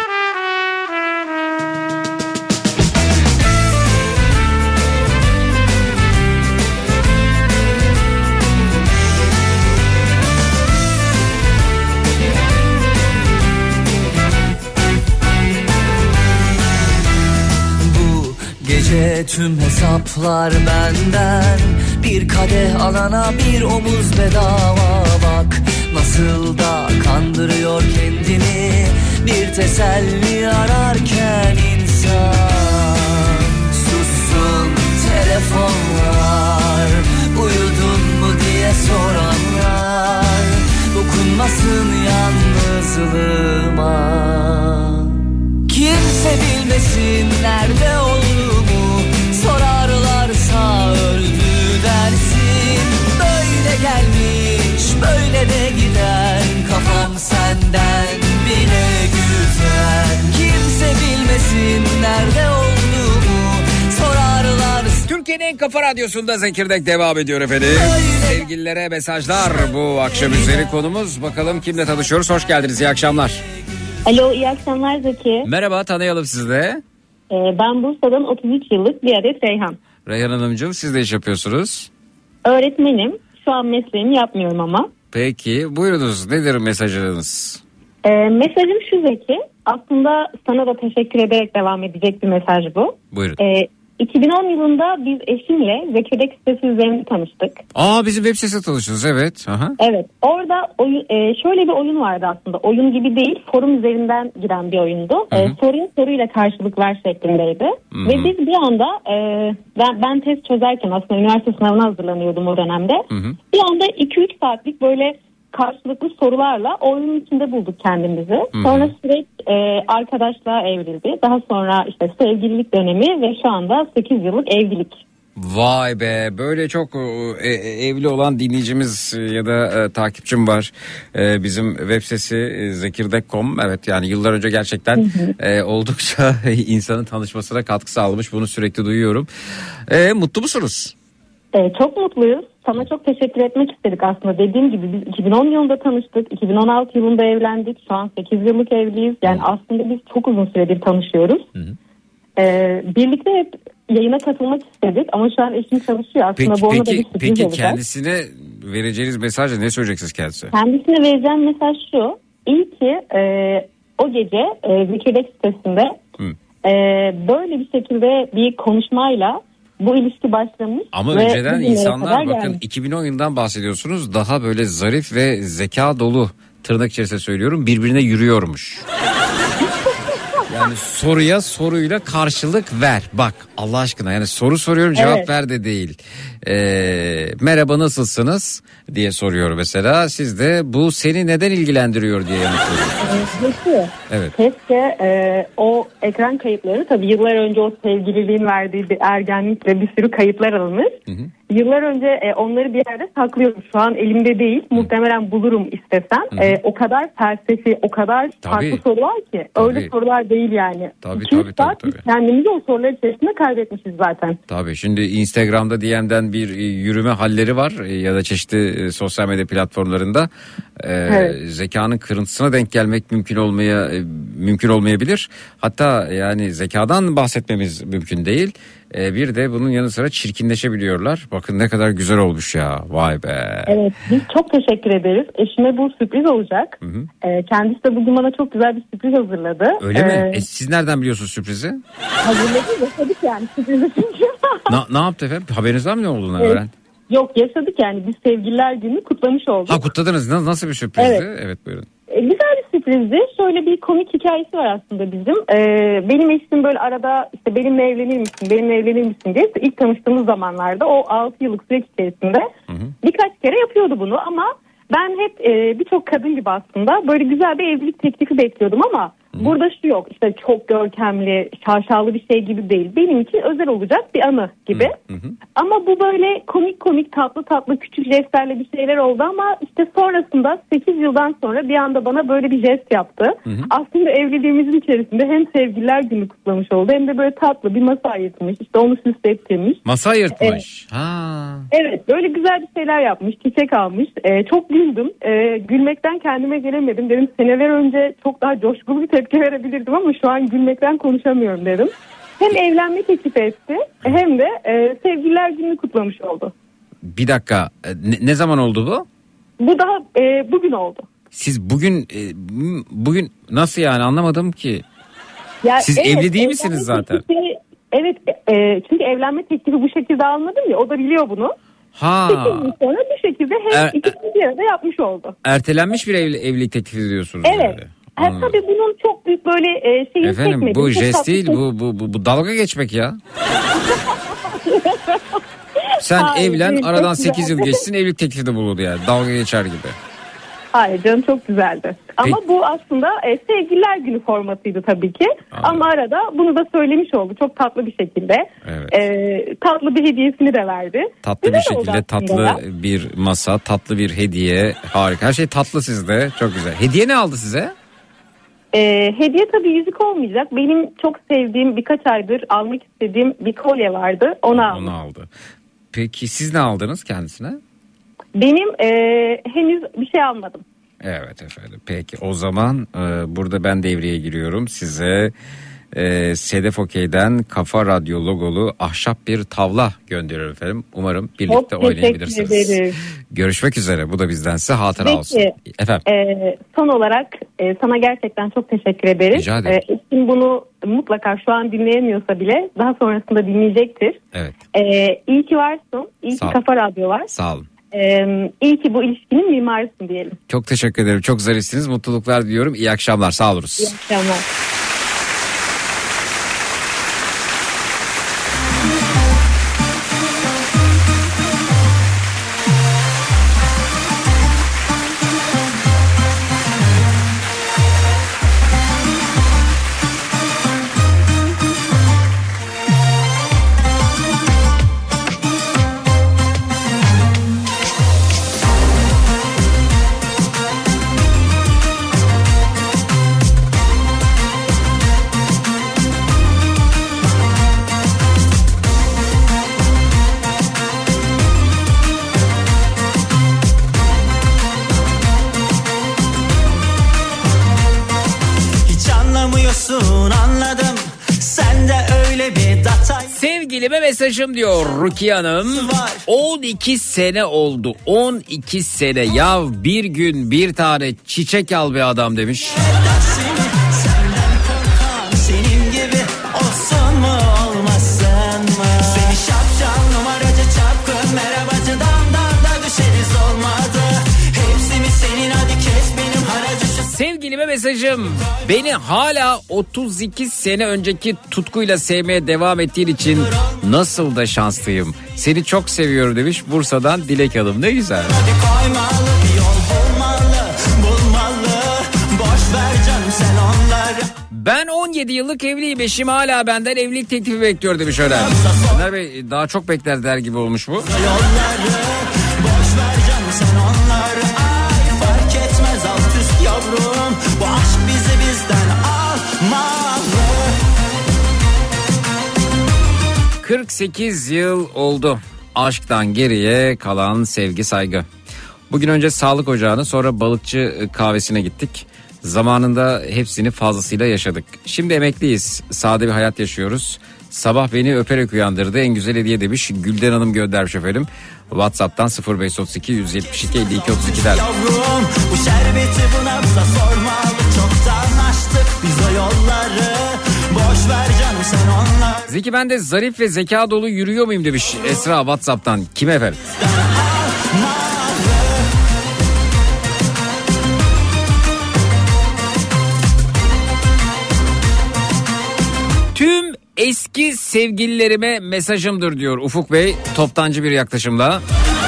Gece tüm hesaplar benden, bir kadeh alana bir omuz bedava. Bak nasıl da kandırıyor kendini, bir teselli ararken insan. Sussun telefonlar, uyudun mu diye soranlar, dokunmasın yalnızlığıma. Kimse bilmesin nerede olduğumu, sorarlarsa öldü dersin. Böyle gelmiş böyle de gider, kafam senden bile güzel. Kimse bilmesin nerede olduğumu, sorarlarsa. Türkiye'nin en kafa radyosunda Zekirdek devam ediyor efendim. Sevgililere mesajlar bu akşam üzeri konumuz. Bakalım kimle tanışıyoruz. Hoş geldiniz, iyi akşamlar. Alo, iyi akşamlar Zeki. Merhaba, tanıyalım sizi de. Ee, ben Bursa'dan otuz üç yıllık bir adet Reyhan. Reyhan Hanımcığım, siz de iş yapıyorsunuz. Öğretmenim. Şu an mesleğimi yapmıyorum ama. Peki, buyurunuz. Nedir mesajınız? Ee, mesajım şu Zeki. Aslında sana da teşekkür ederek devam edecek bir mesaj bu. Buyurun. Ee, iki bin on yılında biz eşimle Zekirdek sitesi üzerinde tanıştık. Aa, bizim web sitesinde tanıştınız, evet. Aha. Evet, orada oyun, e, şöyle bir oyun vardı aslında. Oyun gibi değil, forum üzerinden giren bir oyundu. E, soruya soruyla karşılık ver şeklindeydi. Hı-hı. Ve biz bir anda e, ben, ben test çözerken aslında üniversite sınavına hazırlanıyordum o dönemde. Hı-hı. Bir anda iki üç saatlik böyle karşılıklı sorularla oyunun içinde bulduk kendimizi. Hı-hı. Sonra süreç e, arkadaşlığa evrildi. Daha sonra işte sevgililik dönemi ve şu anda sekiz yıllık evlilik. Vay be, böyle çok e, evli olan dinleyicimiz ya da e, takipçim var. E, bizim web sitesi e, zekirdek nokta com. Evet, yani yıllar önce gerçekten e, oldukça insanın tanışmasına katkı sağlamış. Bunu sürekli duyuyorum. E, mutlu musunuz? E, çok mutluyuz. Sana çok teşekkür etmek istedik aslında. Dediğim gibi biz iki bin on yılında tanıştık. iki bin on altı yılında evlendik. Şu an sekiz yıllık evliyiz. Yani aslında biz çok uzun süredir tanışıyoruz. Hı hı. E, birlikte hep yayına katılmak istedik ama şu an eşim çalışıyor. Aslında peki, bu ona da peki, bir sürpriz peki olacak. kendisine vereceğiniz mesajla ne söyleyeceksiniz kendisine? Kendisine vereceğim mesaj şu. İyi ki e, o gece e, Zekirdek sitesinde e, böyle bir şekilde bir konuşmayla bu ilişki başlamış. Ama ve önceden insanlar, bakın gelmiş. iki bin on yılından bahsediyorsunuz, daha böyle zarif ve zeka dolu, tırnak içerisinde söylüyorum, birbirine yürüyormuş. Yani soruya soruyla karşılık ver. Bak Allah aşkına, yani soru soruyorum cevap Evet. ver de değil. Ee, merhaba nasılsınız diye soruyor mesela. Siz de bu seni neden ilgilendiriyor diye yanıtlıyorsunuz. Evet. Keşke e, o ekran kayıtları, tabii yıllar önce o sevgililiğin verdiği bir ergenlikle bir sürü kayıtlar alınmış. Hı hı. Yıllar önce e, onları bir yerde saklıyorum. Şu an elimde değil. Hı. Muhtemelen bulurum istesem. E, o kadar felsefi, o kadar Tabii. farklı sorular ki. Tabii. Öyle sorular değil yani. Tabii, iki üç tabii, saat tabii, biz tabii. kendimizi o sorular içerisinde kaybetmişiz zaten. Tabii, şimdi Instagram'da D M'den bir e, yürüme halleri var e, ya da çeşitli e, sosyal medya platformlarında e, Evet. zekanın kırıntısına denk gelmek mümkün olmaya e, mümkün olmayabilir. Hatta yani zekadan bahsetmemiz mümkün değil. E, bir de bunun yanı sıra çirkinleşebiliyorlar. Bakın ne kadar güzel olmuş ya. Vay be. Evet, biz çok teşekkür ederiz. Eşime bu sürpriz olacak. Hı hı. E, kendisi de bugün bana çok güzel bir sürpriz hazırladı. Öyle mi? E, E, siz nereden biliyorsunuz sürprizi? hazırladı, yaşadık yani sürprizi çünkü. Na, ne yaptı efendim? Haberiniz var mı ne olduğunu Evet. öğren? Yok, yaşadık yani, biz sevgililer günü kutlamış olduk. Ha, kutladınız. Na- Nasıl bir sürprizdi? Evet. Evet, buyurun. E, güzel bir sürprizdi. Şöyle bir komik hikayesi var aslında bizim. E, benim eşim böyle arada işte benimle evlenir misin, benimle evlenir misin diye ilk tanıştığımız zamanlarda o altı yıllık süreç içerisinde hı hı. birkaç kere yapıyordu bunu ama ben hep e, birçok kadın gibi aslında böyle güzel bir evlilik teklifi bekliyordum ama hı. burada şu yok, işte çok görkemli, şaşalı bir şey gibi değil. Benim için özel olacak bir anı gibi. Hı hı. Ama bu böyle komik komik, tatlı tatlı, küçük jestlerle bir şeyler oldu ama işte sonrasında sekiz yıldan sonra bir anda bana böyle bir jest yaptı. Hı hı. Aslında evliliğimizin içerisinde hem sevgililer günü kutlamış oldu hem de böyle tatlı bir masa ayırtmış. İşte onu süslettirmiş. Masa ayırtmış. Evet. Ha. Evet, böyle güzel bir şeyler yapmış, çiçek almış. Ee, çok güldüm. Ee, gülmekten kendime gelemedim. Dedim seneler önce çok daha coşkulu bir tepki verebilirdim ama şu an gülmekten konuşamıyorum dedim. Hem evlenme teklif etti hem de e, sevgililer gününü kutlamış oldu. Bir dakika, ne, ne zaman oldu bu? Bu daha e, bugün oldu. Siz bugün e, bugün nasıl yani, anlamadım ki. Ya, Siz evet, evli değil misiniz zaten? Teklifi, evet, e, çünkü evlenme teklifi bu şekilde almadım ya, o da biliyor bunu. Ha. sekiz yıl sonra bu şekilde hem Er, ikisini bir arada yapmış oldu. Ertelenmiş bir evli, evlilik teklifi diyorsunuz. Evet. Yani. Tabii bunun çok büyük böyle e, şeyini Efendim çekmedim. bu Çok jest değil, tatlı- bu, bu, bu, bu dalga geçmek ya. Sen Hayır, evlen, değil, aradan çok güzel. sekiz yıl geçsin, evlilik teklifi de bulundu yani. Dalga geçer gibi. Hayır canım, çok güzeldi. Ama bu aslında e, sevgililer günü formatıydı tabii ki. Anladım. Ama arada bunu da söylemiş oldu çok tatlı bir şekilde. Evet. E, tatlı bir hediyesini de verdi. Tatlı Güzel bir oldu şekilde, aslında tatlı ya. bir masa, tatlı bir hediye. Harika. Her şey tatlı sizde. Çok güzel. Hediye ne aldı size? E, hediye tabii yüzük olmayacak. Benim çok sevdiğim, birkaç aydır almak istediğim bir kolye vardı. Onu aldım. Onu aldı. Peki siz ne aldınız kendisine? Benim e, henüz bir şey almadım. Evet efendim. Peki o zaman e, burada ben devreye giriyorum. Size Ee, Sedef Okey'den Kafa Radyo logolu ahşap bir tavla gönderiyorum efendim. Umarım birlikte Çok oynayabilirsiniz. teşekkür ederim. Görüşmek üzere. Bu da bizden size hatıra Peki, olsun. Efendim. e, son olarak e, sana gerçekten çok teşekkür ederim. Rica ederim. E, eşim bunu mutlaka şu an dinleyemiyorsa bile daha sonrasında dinleyecektir. Evet. E, iyi ki varsın. İyi Sağ ki ol. Kafa Radyo var. Sağ olun. E, iyi ki bu ilişkinin mimarısın diyelim. Çok teşekkür ederim. Çok zarifsiniz. Mutluluklar diliyorum. İyi akşamlar. Sağ oluruz. İyi akşamlar. Hiç anlamıyorsun anladım. Sen de öyle bir datay. Sevgilime mesajım diyor Rukiye Hanım. on iki sene oldu. on iki sene. Ya bir gün bir tane çiçek al be adam demiş. Seni senden korkan senin gibi olsun mu olmasın mı? Seni şapşal numaracı çapkın merhabacıdan da düşeriz olmadı. Hepsi mi senin hadi kes benim haracı şu. Sevgilime mesajım. Beni hala otuz iki sene önceki tutkuyla sevmeye devam ettiğin için nasıl da şanslıyım. Seni çok seviyorum demiş Bursa'dan Dilek Hanım. Ne güzel. Hadi koymalı bir yol bulmalı bulmalı. Boş ver canım sen onları. Ben on yedi yıllık evliyim. Eşim hala benden evlilik teklifi bekliyor demiş öyle. Öner Bey daha çok bekler der gibi olmuş bu. Yolları boş ver canım sen onları. Ay fark etmez alt üst yavrum. Bu aşk bizi bizden almalı. kırk sekiz yıl oldu. Aşktan geriye kalan sevgi saygı. Bugün önce sağlık ocağına sonra balıkçı kahvesine gittik. Zamanında hepsini fazlasıyla yaşadık. Şimdi emekliyiz. Sade bir hayat yaşıyoruz. Sabah beni öperek uyandırdı. En güzel hediye demiş. Gülden Hanım göndermiş efendim. WhatsApp'tan sıfır beş otuz iki yüz yetmiş iki elli iki otuz iki'den. Yavrum bu şerbeti buna buza sormalı. Çoktan açtık biz o yolları. Boş ver canım sen onları. Zeki ben de zarif ve zeka dolu yürüyor muyum demiş Esra WhatsApp'tan. Kim efendim? Tüm eski sevgililerime mesajımdır diyor Ufuk Bey toptancı bir yaklaşımla.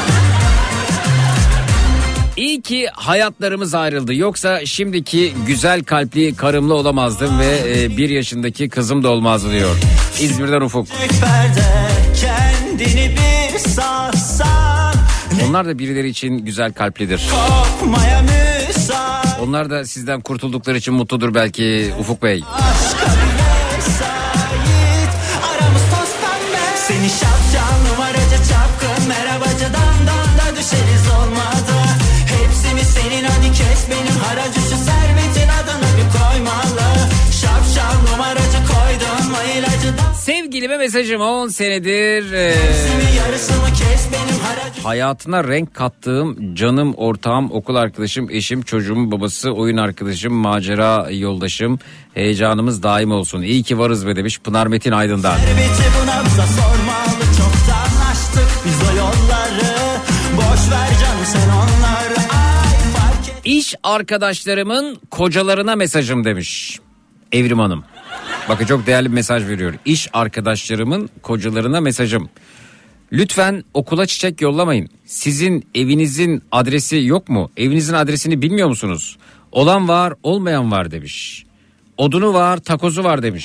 İyi ki hayatlarımız ayrıldı. Yoksa şimdiki güzel kalpli karımla olamazdım ve e, bir yaşındaki kızım da olmazdı diyor. İzmir'den Ufuk. Perde kendini bir salsan. Onlar da birileri için güzel kalplidir. Kopmaya müsait. Onlar da sizden kurtuldukları için mutludur belki Ufuk Bey. Aşka bile sait. Aramız toz pembe. Seni şapşal numaracı çapkın merhabacıdan da düşeriz olmadı. Hepsi mi senin hadi kes benim haracı şu servetin adını bir koymalı. Şapşal numaracı koydun mu ilacıdan. Sevgilime mesajım on senedir e, Hepsi mi yarısı mı kes benim haracı. hayatına renk kattığım canım ortağım, okul arkadaşım, eşim, çocuğumun babası, oyun arkadaşım, macera yoldaşım, heyecanımız daim olsun. İyi ki varız be demiş Pınar Metin Aydın'dan. Serveti buna buza sormalı. Çoktan açtık biz o yolları. Boş ver canım sen onları. Ay fark et. İş arkadaşlarımın kocalarına mesajım demiş Evrim Hanım. Bakın çok değerli bir mesaj veriyor. İş arkadaşlarımın kocalarına mesajım. Lütfen okula çiçek yollamayın. Sizin evinizin adresi yok mu? Evinizin adresini bilmiyor musunuz? Olan var, olmayan var demiş. Odunu var, takozu var demiş.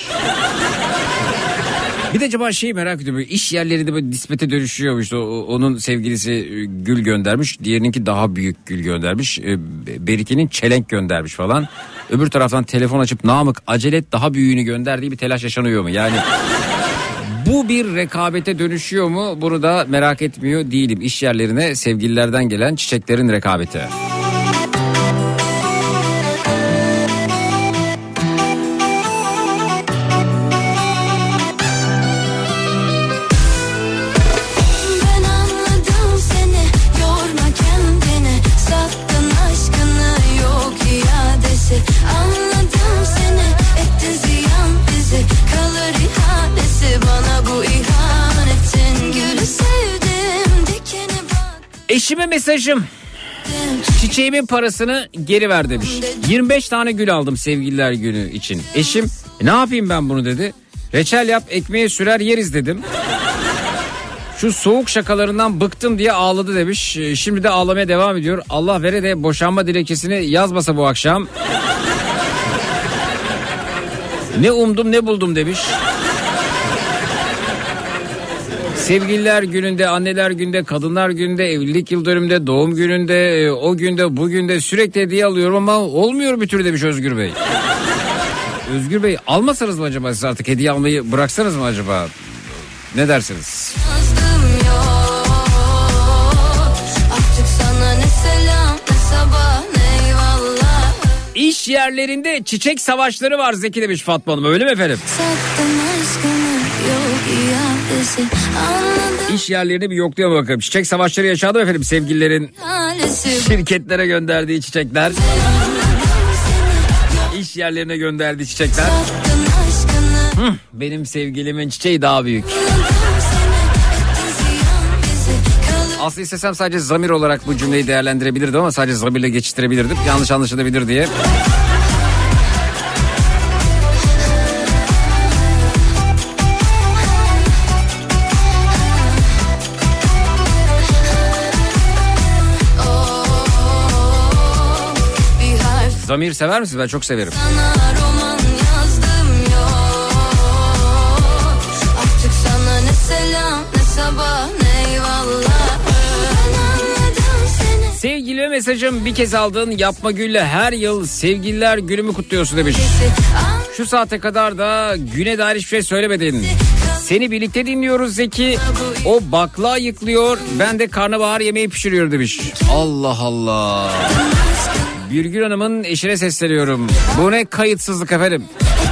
Bir de acaba şeyi merak ediyorum. İş yerlerinde böyle nispete dönüşüyormuş. O, onun sevgilisi gül göndermiş. Diğerininki daha büyük gül göndermiş. Berike'nin çelenk göndermiş falan. Öbür taraftan telefon açıp Namık acele et daha büyüğünü gönder diye bir telaş yaşanıyor mu? Yani bu bir rekabete dönüşüyor mu? Bunu da merak etmiyor değilim. İş yerlerine sevgililerden gelen çiçeklerin rekabeti. Eşime mesajım. Çiçeğimin parasını geri ver demiş. yirmi beş tane gül aldım sevgililer günü için. Eşim ne yapayım ben bunu dedi. Reçel yap, ekmeğe sürer yeriz dedim. Şu soğuk şakalarından bıktım diye ağladı demiş. Şimdi de ağlamaya devam ediyor. Allah vere de boşanma dilekçesini yazmasa bu akşam. Ne umdum ne buldum demiş. Sevgililer gününde, anneler gününde, kadınlar gününde, evlilik yıl dönümünde, doğum gününde, o günde, bugün de sürekli hediye alıyorum ama olmuyor bir türlü demiş Özgür Bey. Özgür Bey, almasanız mı acaba siz artık hediye almayı bıraksanız mı acaba? Ne dersiniz? Yazdım yok. Artık sana ne selam ne sabah ne eyvallah. İş yerlerinde çiçek savaşları var Zeki demiş Fatma Hanım, öyle mi efendim? Sattım aşkını yok iadesi. Anladım İş yerlerini bir yoklayalım bakalım. Çiçek savaşları yaşadı mı efendim sevgililerin halesi. şirketlere gönderdiği çiçekler? İş yerlerine gönderdiği çiçekler. Sattın aşkını. Hı, benim sevgilimin çiçeği daha büyük. Aslında istesem sadece zamir olarak bu cümleyi değerlendirebilirdim ama sadece zamirle geçiştirebilirdim. Yanlış anlaşılabilir diye. Zamir sever misiniz? Ben çok severim. Sana roman yazdım yok. Artık sana ne selam ne sabah ne eyvallah. Ben anladım seni. Sevgilime mesajım, bir kez aldığın yapma gülle her yıl sevgililer günümü kutluyorsun demiş. Şu saate kadar da güne dair hiçbir şey söylemedin. Seni birlikte dinliyoruz Zeki. O bakla ayıklıyor, ben de karnabahar yemeği pişiriyor demiş. Allah Allah. Birgül Hanım'ın eşine sesleniyorum. Bu ne kayıtsızlık efendim.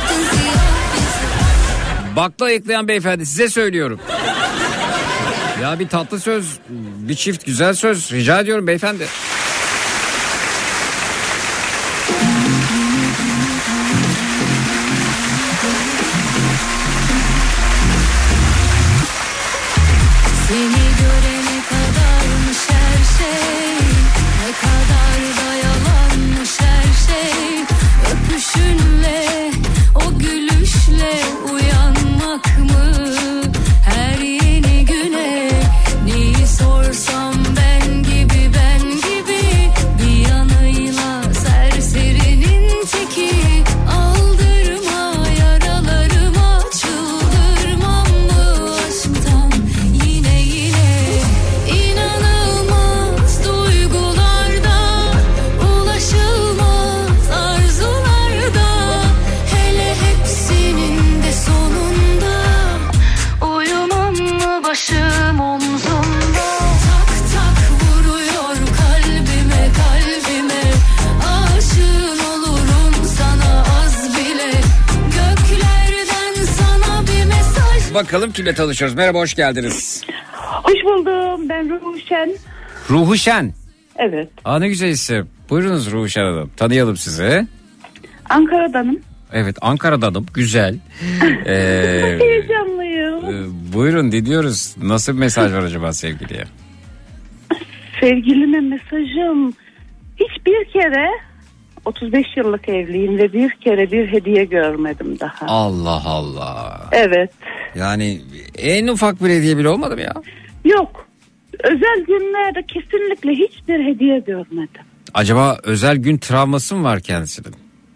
Bakla ayıklayan beyefendi, size söylüyorum. Ya bir tatlı söz, bir çift güzel söz rica ediyorum beyefendi. Seni görene kadarmış her şey. Ne kadar da yalanmış her şey. Öpüşünle o gülüşle uyanmak mı? Her yeni güne neyi sorsam ben gibi ben gibi. Bir yanıyla serserinin teki. Aldırma yaralarıma çıldırmam mı aşktan yine yine. İnanılmaz duygularda ulaşılmaz arzularda. Hele hepsinin de sonunda uyumam mı başım omzumda. Tak tak vuruyor kalbime kalbime. Aşığın olurum sana az bile. Göklerden sana bir mesaj. Bakalım kimle tanışıyoruz. Merhaba, hoş geldiniz. Hoş buldum. Ben Ruhuşen. Ruhu Şen. Evet. Aa, ne güzel isim. Buyurunuz Ruhu Şen Hanım. Tanıyalım sizi. Ankara'danım. Evet, Ankara'danım. Güzel. Ee, Heyecanlıyım. e, buyurun dinliyoruz. Nasıl bir mesaj var acaba sevgiliye? Sevgilime mesajım. Hiçbir kere otuz beş yıllık evliyim ve bir kere bir hediye görmedim daha. Allah Allah. Evet. Yani en ufak bir hediye bile olmadı mı ya? Yok. Özel günlerde kesinlikle hiçbir hediye görmedim. Acaba özel gün travması mı var kendisinin?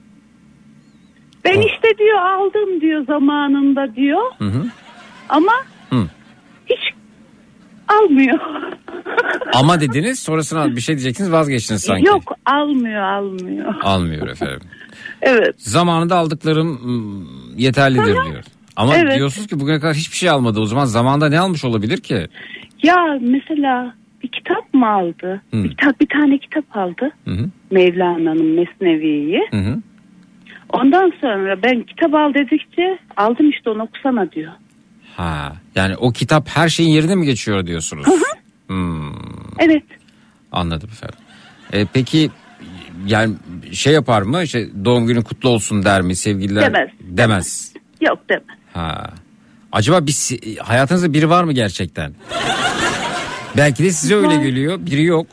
Ben işte diyor aldım diyor zamanında diyor. Hı hı. Ama Hı. hiç almıyor. Ama dediniz, sonrasına bir şey diyeceksiniz, vazgeçtiniz sanki. Yok, almıyor almıyor. Almıyor efendim. Evet. Zamanında aldıklarım mm, yeterlidir diyor. Ama Evet. diyorsunuz ki bugüne kadar hiçbir şey almadı. O zaman zamanında ne almış olabilir ki? Ya mesela bir kitap mı aldı? Hı. Bir, kitap, bir tane kitap aldı. Hı hı. Mevlana'nın Mesnevi'yi. Hı hı. Ondan sonra ben kitap al dedikçe aldım işte onu okusana diyor. Ha, yani o kitap her şeyin yerine mi geçiyor diyorsunuz? Hmm, Evet. anladım efendim. E, peki yani şey yapar mı? İşte doğum günün kutlu olsun der mi sevgililer? Demez. Demez. Yok demez. Ha. Acaba bir, hayatınızda biri var mı gerçekten? Belki de size öyle geliyor. Biri yok.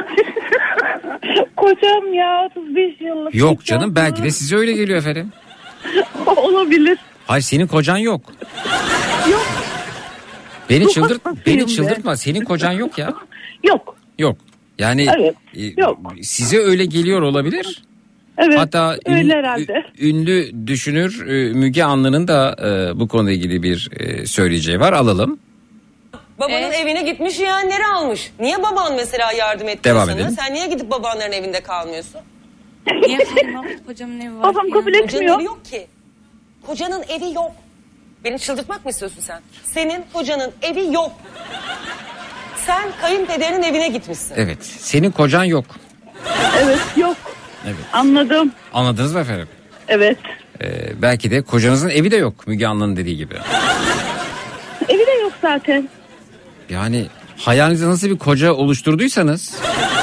Kocam ya otuz beş yıllık. Yok canım, belki de size öyle geliyor efendim. Olabilir. Hayır, senin kocan yok. Yok. Beni Ruh çıldırt hastasıyım beni be. çıldırtma. Senin kocan yok ya. Yok. Yok. Yani Evet, e, yok. size öyle geliyor olabilir. Evet. Hatta öyle ün- herhalde. ü- ünlü düşünür e, Müge Anlı'nın da e, bu konuyla ilgili bir e, söyleyeceği var. Alalım. Babanın evine gitmiş yeğenleri almış. Niye baban mesela yardım etmiyor Devam sana? edelim. Sen niye gidip babanların evinde kalmıyorsun? Niye kalmam? Kocamın evi var. Babam ya. kabul Kocanın etmiyor. evi yok ki. Kocanın evi yok. Beni çıldırtmak mı istiyorsun sen? Senin kocanın evi yok. Sen kayınpederin evine gitmişsin. Evet. Senin kocan yok. Evet yok. Evet. Anladım. Anladınız mı efendim? Evet. E, belki de kocanızın evi de yok Müge Anlı'nın dediği gibi. Evi de yok zaten. Yani hayalinizde nasıl bir koca oluşturduysanız.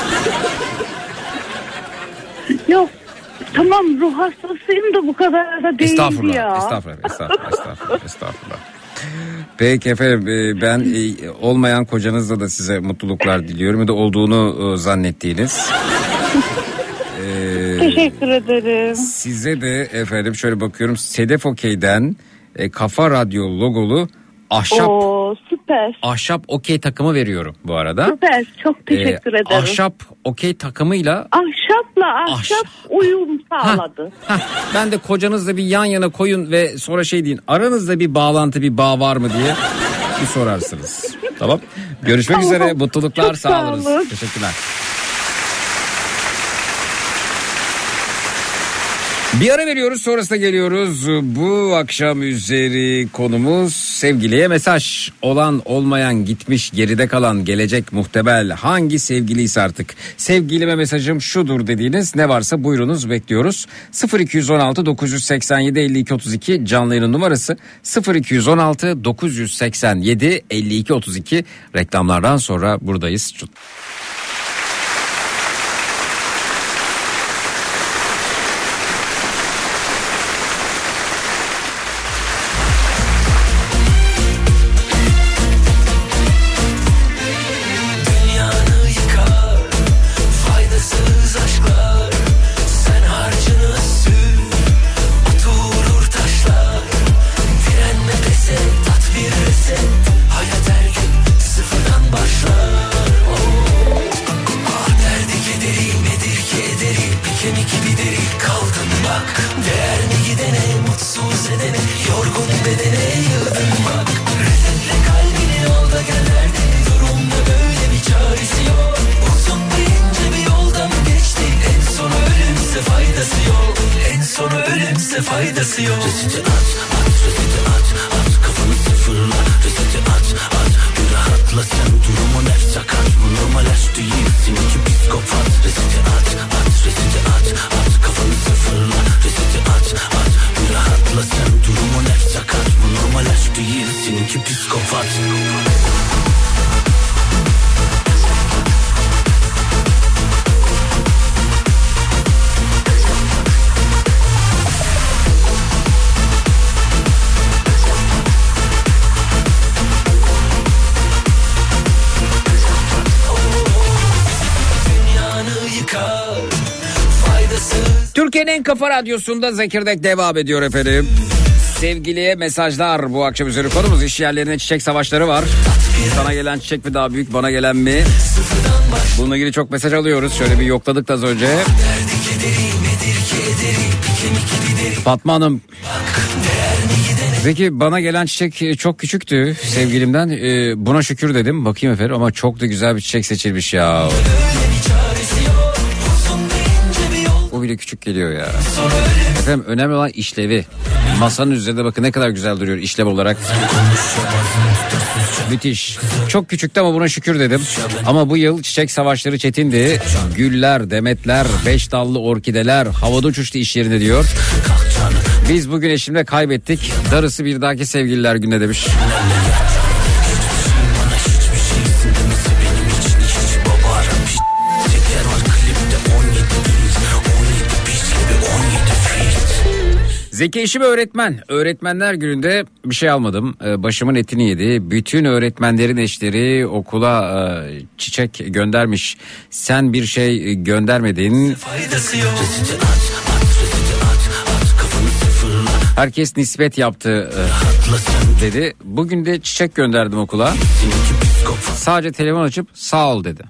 Yok. Tamam, ruh hastasıyım da bu kadar da değildi Estağfurullah, ya. estağfurullah, estağfurullah, estağfurullah, estağfurullah. Peki efendim, e, ben e, olmayan kocanızla da size mutluluklar diliyorum. Ya da olduğunu e, zannettiğiniz. E, Teşekkür ederim. Size de efendim şöyle bakıyorum, Sedef Okey'den e, Kafa Radyo logolu ahşap Oo, süper. ahşap okey takımı veriyorum bu arada. Süper. Çok teşekkür E, ederim. Ahşap okey takımıyla Ahşapla ahşap Ahşap. uyum sağladı. Heh, ben de kocanızla bir yan yana koyun ve sonra şey deyin, aranızda bir bağlantı, bir bağ var mı diye bir sorarsınız. Tamam. Görüşmek Tamam. üzere. Mutluluklar, Çok sağ sağ olunuz. olun. Teşekkürler. Bir ara veriyoruz, sonrasında geliyoruz. Bu akşam üzeri konumuz sevgiliye mesaj. Olan olmayan, gitmiş, geride kalan, gelecek, muhtemel hangi sevgiliyse artık. Sevgilime mesajım şudur dediğiniz ne varsa buyurunuz, bekliyoruz. sıfır iki on altı dokuz seksen yedi elli iki otuz iki canlı yayının numarası sıfır iki on altı dokuz seksen yedi elli iki otuz iki. Reklamlardan sonra buradayız. Dünyanı yıkar faydasız aşklar. Sen harcını sür, oturur taşlar. Direnme pes et, tat bir reset. Hayat her gün sıfırdan başlar. Oh. Ah derdi kederi nedir ki ederi, bir kemik bir deri kaldın bak. Değer mi gidene, mutsuz edene, yorgun bedene yığdın bak. Resetle kalbini al da gel derdi. Durumda böyle bir çaresi yok. Uzun bir ince bir yoldan geçti. En sonu ölümse faydası yok. En sonu ölümse faydası yok. Reseti at, at, reseti at, at. Kafanı sıfırla, reseti at, at. Bir rahatla sen, durumun hep sakat. Bu normal aşk değilsin ki psikopat. Reseti at, at, reseti at, at. Kafanı sıfırla, reseti at, at. Bir rahatla sen, durumun hep sakat. Bu normal aşk değilsin ki psikopat. Dünyanı yıkar faydasız. Türkiye'nin en kafa radyosunda Zekirdek devam ediyor efendim. Sevgiliye mesajlar bu akşam üzeri konumuz. İş yerlerine çiçek savaşları var. Sana gelen çiçek mi daha büyük, bana gelen mi? Bununla ilgili çok mesaj alıyoruz. Şöyle bir yokladık da az önce. Fatma Hanım. Peki bana gelen çiçek çok küçüktü sevgilimden. Ee, buna şükür dedim. Bakayım efendim ama çok da güzel bir çiçek seçilmiş ya. O bile küçük geliyor ya. Efendim önemli olan işlevi. Masanın üzerinde bakın ne kadar güzel duruyor işlev olarak. Müthiş. Çok küçüktü ama buna şükür dedim. Ama bu yıl çiçek savaşları çetindi. Güller, demetler, beş dallı orkideler havada uçuştu iş yerinde diyor. Biz bugün eşimle kaybettik. Darısı bir dahaki sevgililer gününe demiş. Zeki eşim öğretmen. Öğretmenler gününde bir şey almadım. Ee, başımın etini yedi. Bütün öğretmenlerin eşleri okula e, çiçek göndermiş. Sen bir şey göndermedin. Herkes nispet yaptı e, dedi. Bugün de çiçek gönderdim okula. Sadece telefon açıp sağ ol dedi.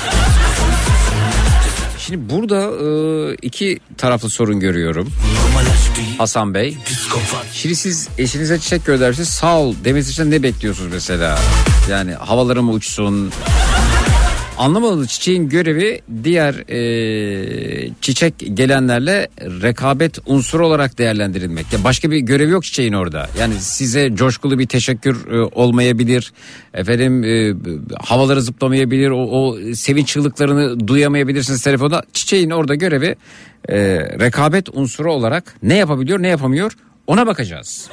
Şimdi burada e, iki taraflı sorun görüyorum. Hasan Bey. Şimdi siz eşinize çiçek göndermişsiniz, sağ ol demesi için ne bekliyorsunuz mesela? Yani havalara mı uçsun? Anlamadım, çiçeğin görevi diğer e, çiçek gelenlerle rekabet unsuru olarak değerlendirilmek. Ya başka bir görevi yok çiçeğin orada. Yani size coşkulu bir teşekkür e, olmayabilir. Efendim e, havaları zıplamayabilir. O, o sevinç çığlıklarını duyamayabilirsiniz telefonda. Çiçeğin orada görevi e, rekabet unsuru olarak ne yapabiliyor, ne yapamıyor, ona bakacağız.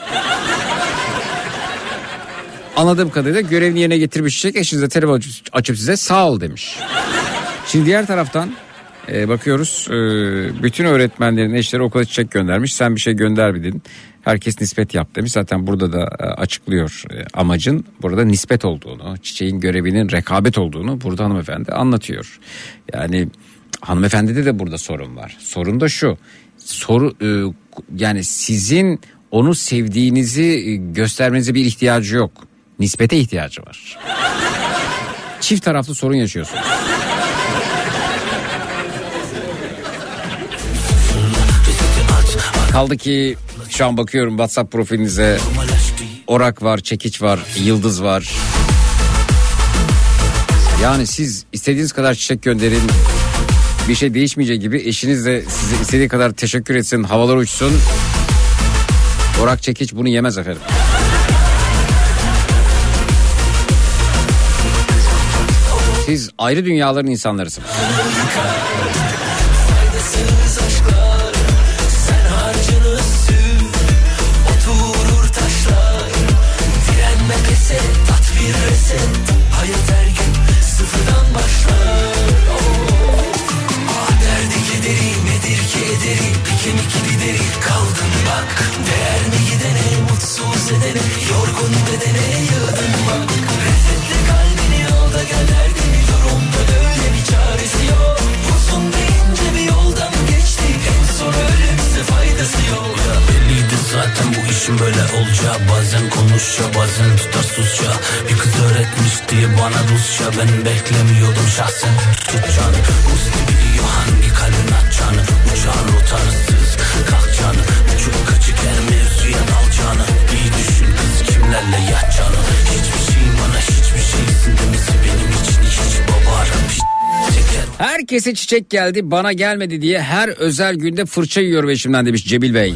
Anladığım kadarıyla görevini yerine getirmiş çiçek, eşinize telefon açıp size sağ ol demiş. Şimdi diğer taraftan e, bakıyoruz, e, bütün öğretmenlerin eşleri okula çiçek göndermiş. Sen bir şey gönder mi dedin. Herkes nispet yap demiş. Zaten burada da e, açıklıyor e, amacın burada nispet olduğunu, çiçeğin görevinin rekabet olduğunu burada hanımefendi anlatıyor. Yani hanımefendide de burada sorun var. Sorun da şu. Soru e, yani sizin onu sevdiğinizi göstermenize bir ihtiyacı yok. Nispete ihtiyacı var. Çift taraflı sorun yaşıyorsunuz. Kaldı ki şu an bakıyorum WhatsApp profilinize, orak var, çekiç var, yıldız var. Yani siz istediğiniz kadar çiçek gönderin, bir şey değişmeyecek gibi, eşiniz de size istediği kadar teşekkür etsin, havalar uçsun. Orak, çekiç bunu yemez efendim. Siz ayrı dünyaların insanlarısınız. Zaten bu işin böyle olacağı, bazen konuşça bazen tutarsızca. Bir kız öğretmiş diye bana Rusça, ben beklemiyordum şahsen tutacağını. Usti biliyor hangi kalbin atacağını, uçağın rotarsız kalkacağını, uçup kaçık her mevzuya dalacağını. İyi düşün kız kimlerle yatacağını. Hiçbir şeyin bana hiçbir şeysin demesi benim için hiç baba arap hiç çeker. Herkese çiçek geldi, bana gelmedi diye her özel günde fırça yiyor eşimden demiş Cebil Bey.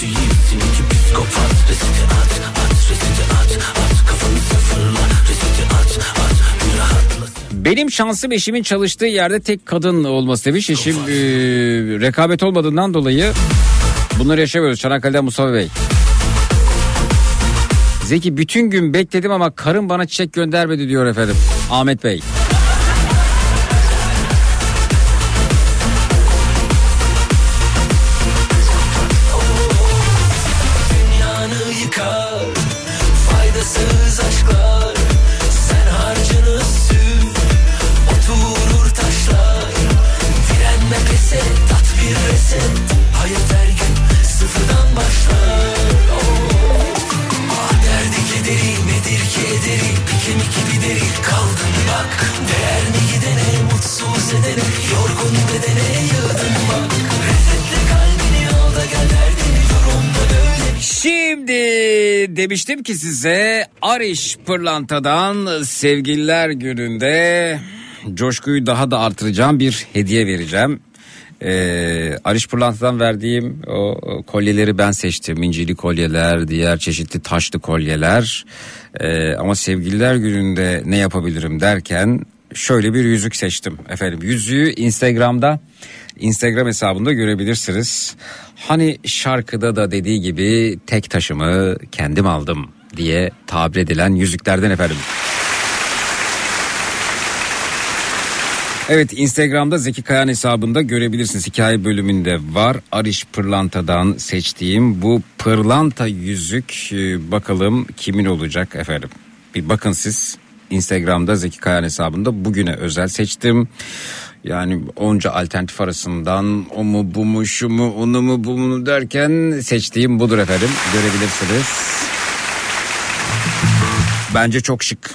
Benim şansım eşimin çalıştığı yerde tek kadın olması demiş. Eşim e, rekabet olmadığından dolayı bunları yaşamıyoruz. Çanakkale'den Mustafa Bey. Zeki, bütün gün bekledim ama karım bana çiçek göndermedi diyor efendim Ahmet Bey. Şimdi demiştim ki size Ariş Pırlanta'dan sevgililer gününde coşkuyu daha da artıracağım bir hediye vereceğim. Ee, Ariş Pırlanta'dan verdiğim o kolyeleri ben seçtim. İncili kolyeler, diğer çeşitli taşlı kolyeler. Ee, ama sevgililer gününde ne yapabilirim derken şöyle bir yüzük seçtim efendim. Yüzüğü Instagram'da, Instagram hesabında görebilirsiniz. Hani şarkıda da dediği gibi tek taşımı kendim aldım diye tabir edilen yüzüklerden efendim. Evet, Instagram'da Zeki Kayan hesabında görebilirsiniz. Hikaye bölümünde var. Ariş Pırlanta'dan seçtiğim bu pırlanta yüzük, e, bakalım kimin olacak efendim. Bir bakın siz, Instagram'da Zeki Kayan hesabında bugüne özel seçtim. Yani onca alternatif arasından o mu bu mu şu mu onu mu bu mu derken seçtiğim budur efendim. Görebilirsiniz. Bence çok şık.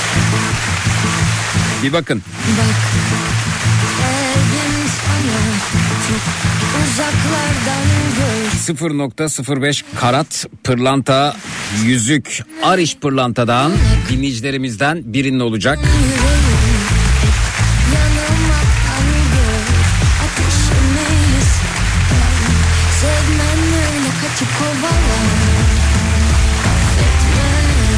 Bir bakın. Bak geldim sana çok uzaklardan gör. sıfır nokta sıfır beş karat pırlanta yüzük Ariş Pırlanta'dan dinleyicilerimizden birinin olacak. Yanıma kan gör. Ateşimi ısıtan. Sevmem öyle kaçıp kovala. Affetme.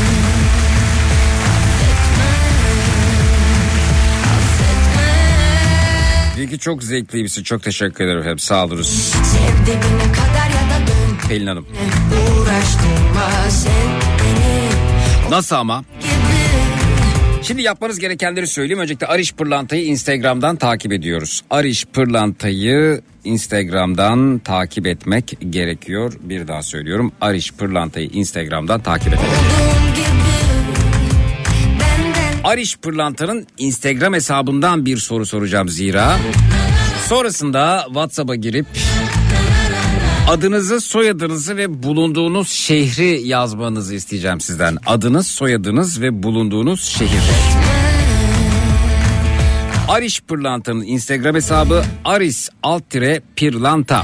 Peki, çok zevkliymişsin. Çok teşekkür ederim efendim. Sağ oluruz. Sev dibine kadar ya da dön. Pelin Hanım. Uğraştırma sen beni. Nasıl ama? Gibi. Şimdi yapmanız gerekenleri söyleyeyim. Öncelikle Ariş Pırlanta'yı Instagram'dan takip ediyoruz. Ariş Pırlanta'yı Instagram'dan takip etmek gerekiyor. Bir daha söylüyorum. Ariş Pırlanta'yı Instagram'dan takip edin. Olduğum gibi. Benden Ariş Pırlanta'nın Instagram hesabından bir soru soracağım zira. Sonrasında WhatsApp'a girip adınızı, soyadınızı ve bulunduğunuz şehri yazmanızı isteyeceğim sizden. Adınız, soyadınız ve bulunduğunuz şehir. Ariş Pırlanta'nın Instagram hesabı Aris alt tire Pirlanta.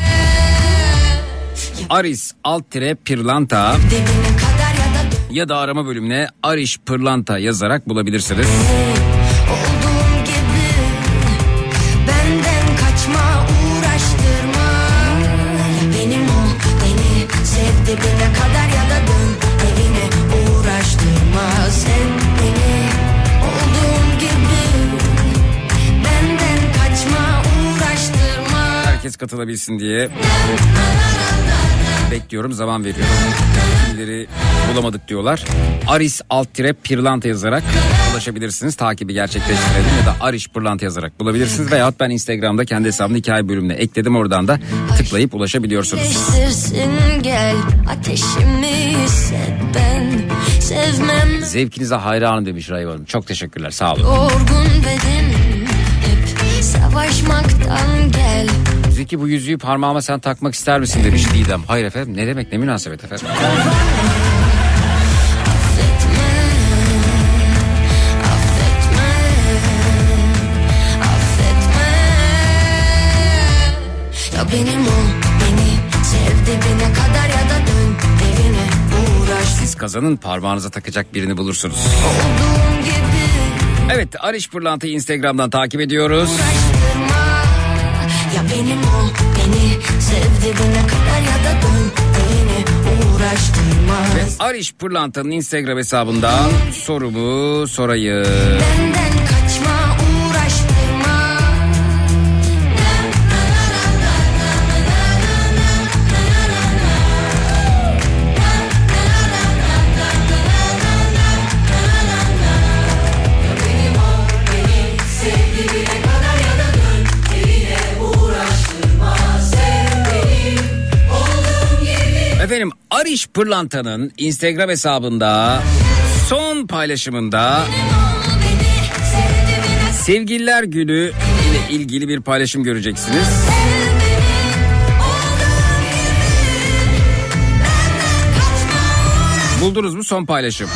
Aris alt tire Pirlanta. dibine kadar ya da dön. Ya da arama bölümüne Ariş Pırlanta yazarak bulabilirsiniz. Olduğum gibi benden kaçma uğraştırma. Ya benim ol beni sev dibine kadar ya da dön evine uğraştırma sen beni. Olduğum gibi benden kaçma uğraştırma. Herkes katılabilsin diye bekliyorum, zaman veriyorum. Kimileri bulamadık diyorlar. Aris alt tire Pirlanta yazarak ulaşabilirsiniz. Takibi gerçekleştirelim ya da Ariş Pırlanta yazarak bulabilirsiniz. Veyahut ben Instagram'da kendi hesabımı hikaye bölümüne ekledim. Oradan da tıklayıp ulaşabiliyorsunuz. Değiştirsin gel ateşimi hisset ben sevmem. Zevkinize hayranım demiş Rayvan Hanım. Çok teşekkürler, sağ olun. Yorgun bedenim hep savaşmaktan gel. Zeki, bu yüzüğü parmağıma sen takmak ister misin demiş Didem. Hayır efendim, ne demek, ne münasebet efendim. Affetme, affetme, affetme. Ya benim ol beni sev dibine kadar ya da dön evine uğraş. Siz kazanın, parmağınıza takacak birini bulursunuz. Olduğum gibi Evet, Ariş Pırlanta'yı Instagram'dan takip ediyoruz. uğraştırma. Ya benim ol beni sev dibine kadar ya da dön evine uğraştırma. Ariş Pırlanta'nın Instagram hesabından sorumu sorayım. Benden kaçma uğraştırma. Efendim, Ariş Pırlanta'nın Instagram hesabında son paylaşımında Sevgililer Günü ile ilgili bir paylaşım göreceksiniz. Buldunuz mu son paylaşım?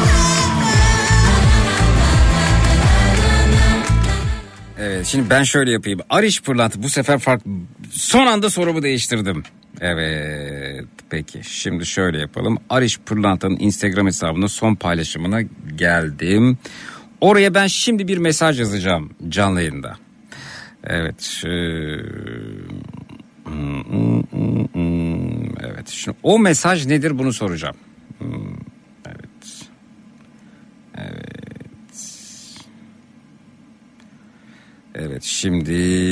Evet, şimdi ben şöyle yapayım. Ariş Pırlanta, bu sefer farklı. Son anda sorumu değiştirdim. Evet, peki. Şimdi şöyle yapalım. Ariş Pırlanta'nın Instagram hesabına son paylaşımına geldim. Oraya ben şimdi bir mesaj yazacağım canlı yayında. Evet. E... Evet. Şimdi o mesaj nedir, bunu soracağım. Evet. Evet. Evet, şimdi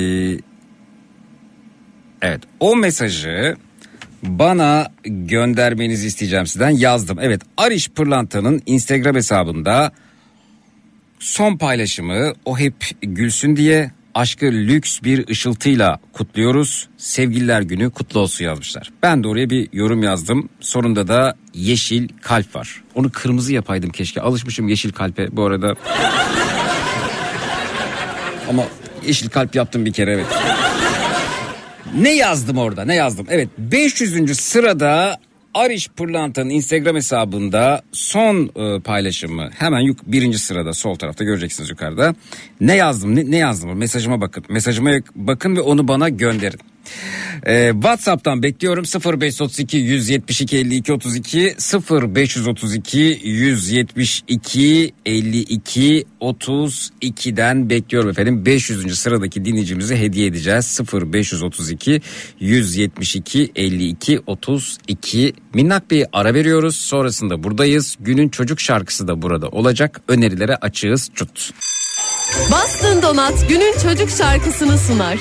evet, o mesajı bana göndermenizi isteyeceğim sizden. Yazdım. Evet, Ariş Pırlanta'nın Instagram hesabında son paylaşımı o hep gülsün diye aşkı lüks bir ışıltıyla kutluyoruz. Sevgililer günü kutlu olsun yazmışlar. Ben de oraya bir yorum yazdım. Sonunda da yeşil kalp var. Onu kırmızı yapaydım keşke. Alışmışım yeşil kalpe bu arada. Ama yeşil kalp yaptım bir kere, evet. Ne yazdım orada? Ne yazdım? Evet, beş yüzüncü sırada Ariş Pırlanta'nın Instagram hesabında son e, paylaşımı hemen yuk birinci sırada, sol tarafta göreceksiniz yukarıda. Ne yazdım? Ne, ne yazdım? Mesajıma bakın. Mesajıma bakın ve onu bana gönderin. Ee, WhatsApp'tan bekliyorum. sıfır beş otuz iki yüz yetmiş iki elli iki otuz iki sıfır beş otuz iki yüz yetmiş iki elli iki otuz iki'den bekliyorum efendim. beş yüzüncü sıradaki dinleyicimize hediye edeceğiz. sıfır beş otuz iki yüz yetmiş iki elli iki otuz iki. Minnak bir ara veriyoruz. Sonrasında buradayız. Günün çocuk şarkısı da burada olacak. Önerilere açığız. Çut. Bastın Donat günün çocuk şarkısını sunar.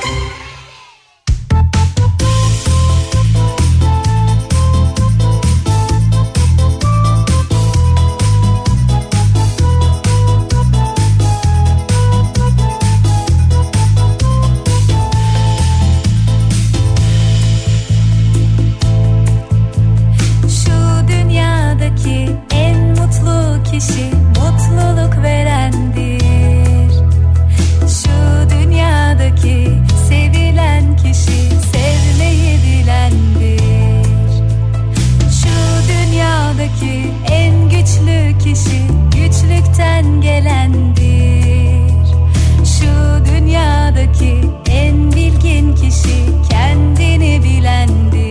Kişi mutluluk verendir. Şu dünyadaki sevilen kişi sevmeyi bilendir. Şu dünyadaki en güçlü kişi güçlükten gelendir. Şu dünyadaki en bilgin kişi kendini bilendir.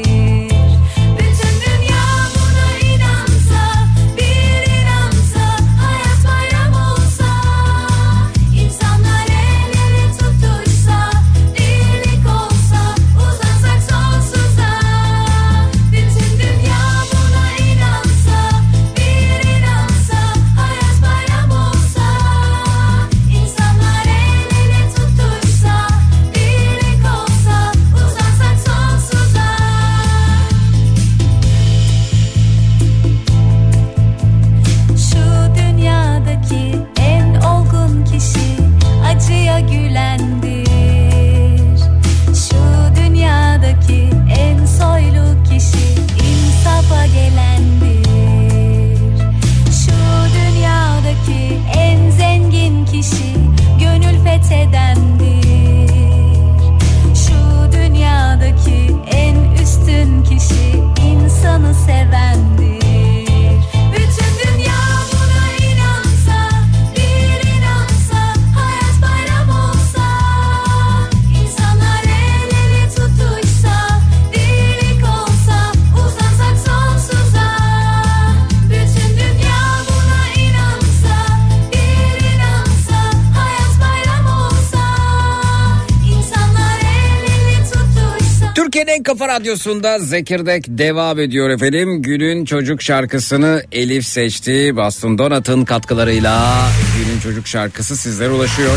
Türkiye'nin Kafa Radyosu'nda Zekirdek devam ediyor efendim. Günün çocuk şarkısını Elif seçti. Bastın Donat'ın katkılarıyla günün çocuk şarkısı sizlere ulaşıyor.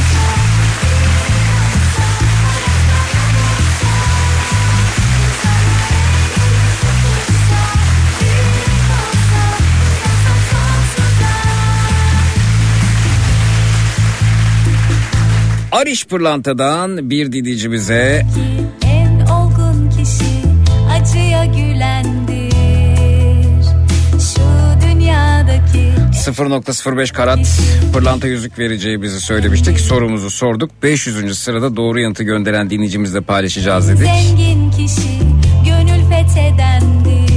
Ariş Pırlanta'dan bir dinleyicimize sıfır nokta sıfır beş karat pırlanta yüzük vereceği bizi söylemiştik. Sorumuzu sorduk. beş yüzüncü sırada doğru yanıtı gönderen dinleyicimizle paylaşacağız dedik. Zengin kişi gönül fethedendir.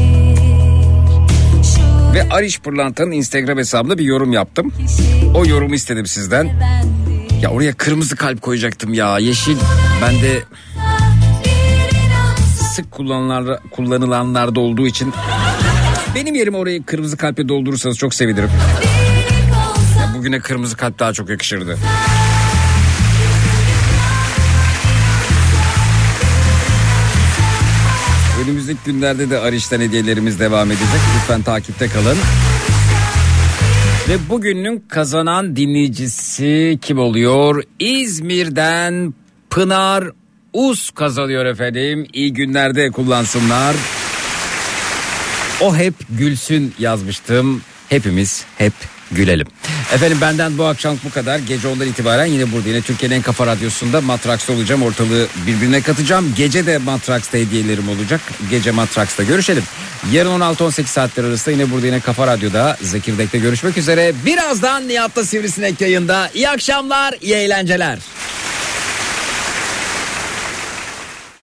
Ve Ariş Pırlanta'nın Instagram hesabında bir yorum yaptım. O yorumu istedim sizden. Ya oraya kırmızı kalp koyacaktım ya. Yeşil bende sık kullanılanlar, kullanılanlarda olduğu için benim yerime orayı kırmızı kalple doldurursanız çok sevinirim. Ya bugüne kırmızı kalp daha çok yakışırdı. Önümüzdeki günlerde de Ariş'ten hediyelerimiz devam edecek. Lütfen takipte kalın. Ve bugünün kazanan dinleyicisi kim oluyor? İzmir'den Pınar Us kazanıyor efendim. İyi günlerde kullansınlar. O hep gülsün yazmıştım. Hepimiz hep gülelim. Efendim benden bu akşam bu kadar. Gece ondan itibaren yine burada, yine Türkiye'nin en kafa radyosunda Matraks'ta olacağım. Ortalığı birbirine katacağım. Gece de Matraks'ta hediyelerim olacak. Gece Matraks'ta görüşelim. Yarın on altı on sekiz saatler arasında yine burada, yine Kafa Radyo'da Zekirdek'te görüşmek üzere. Birazdan Nihat'ta Sivrisinek yayında. İyi akşamlar, iyi eğlenceler.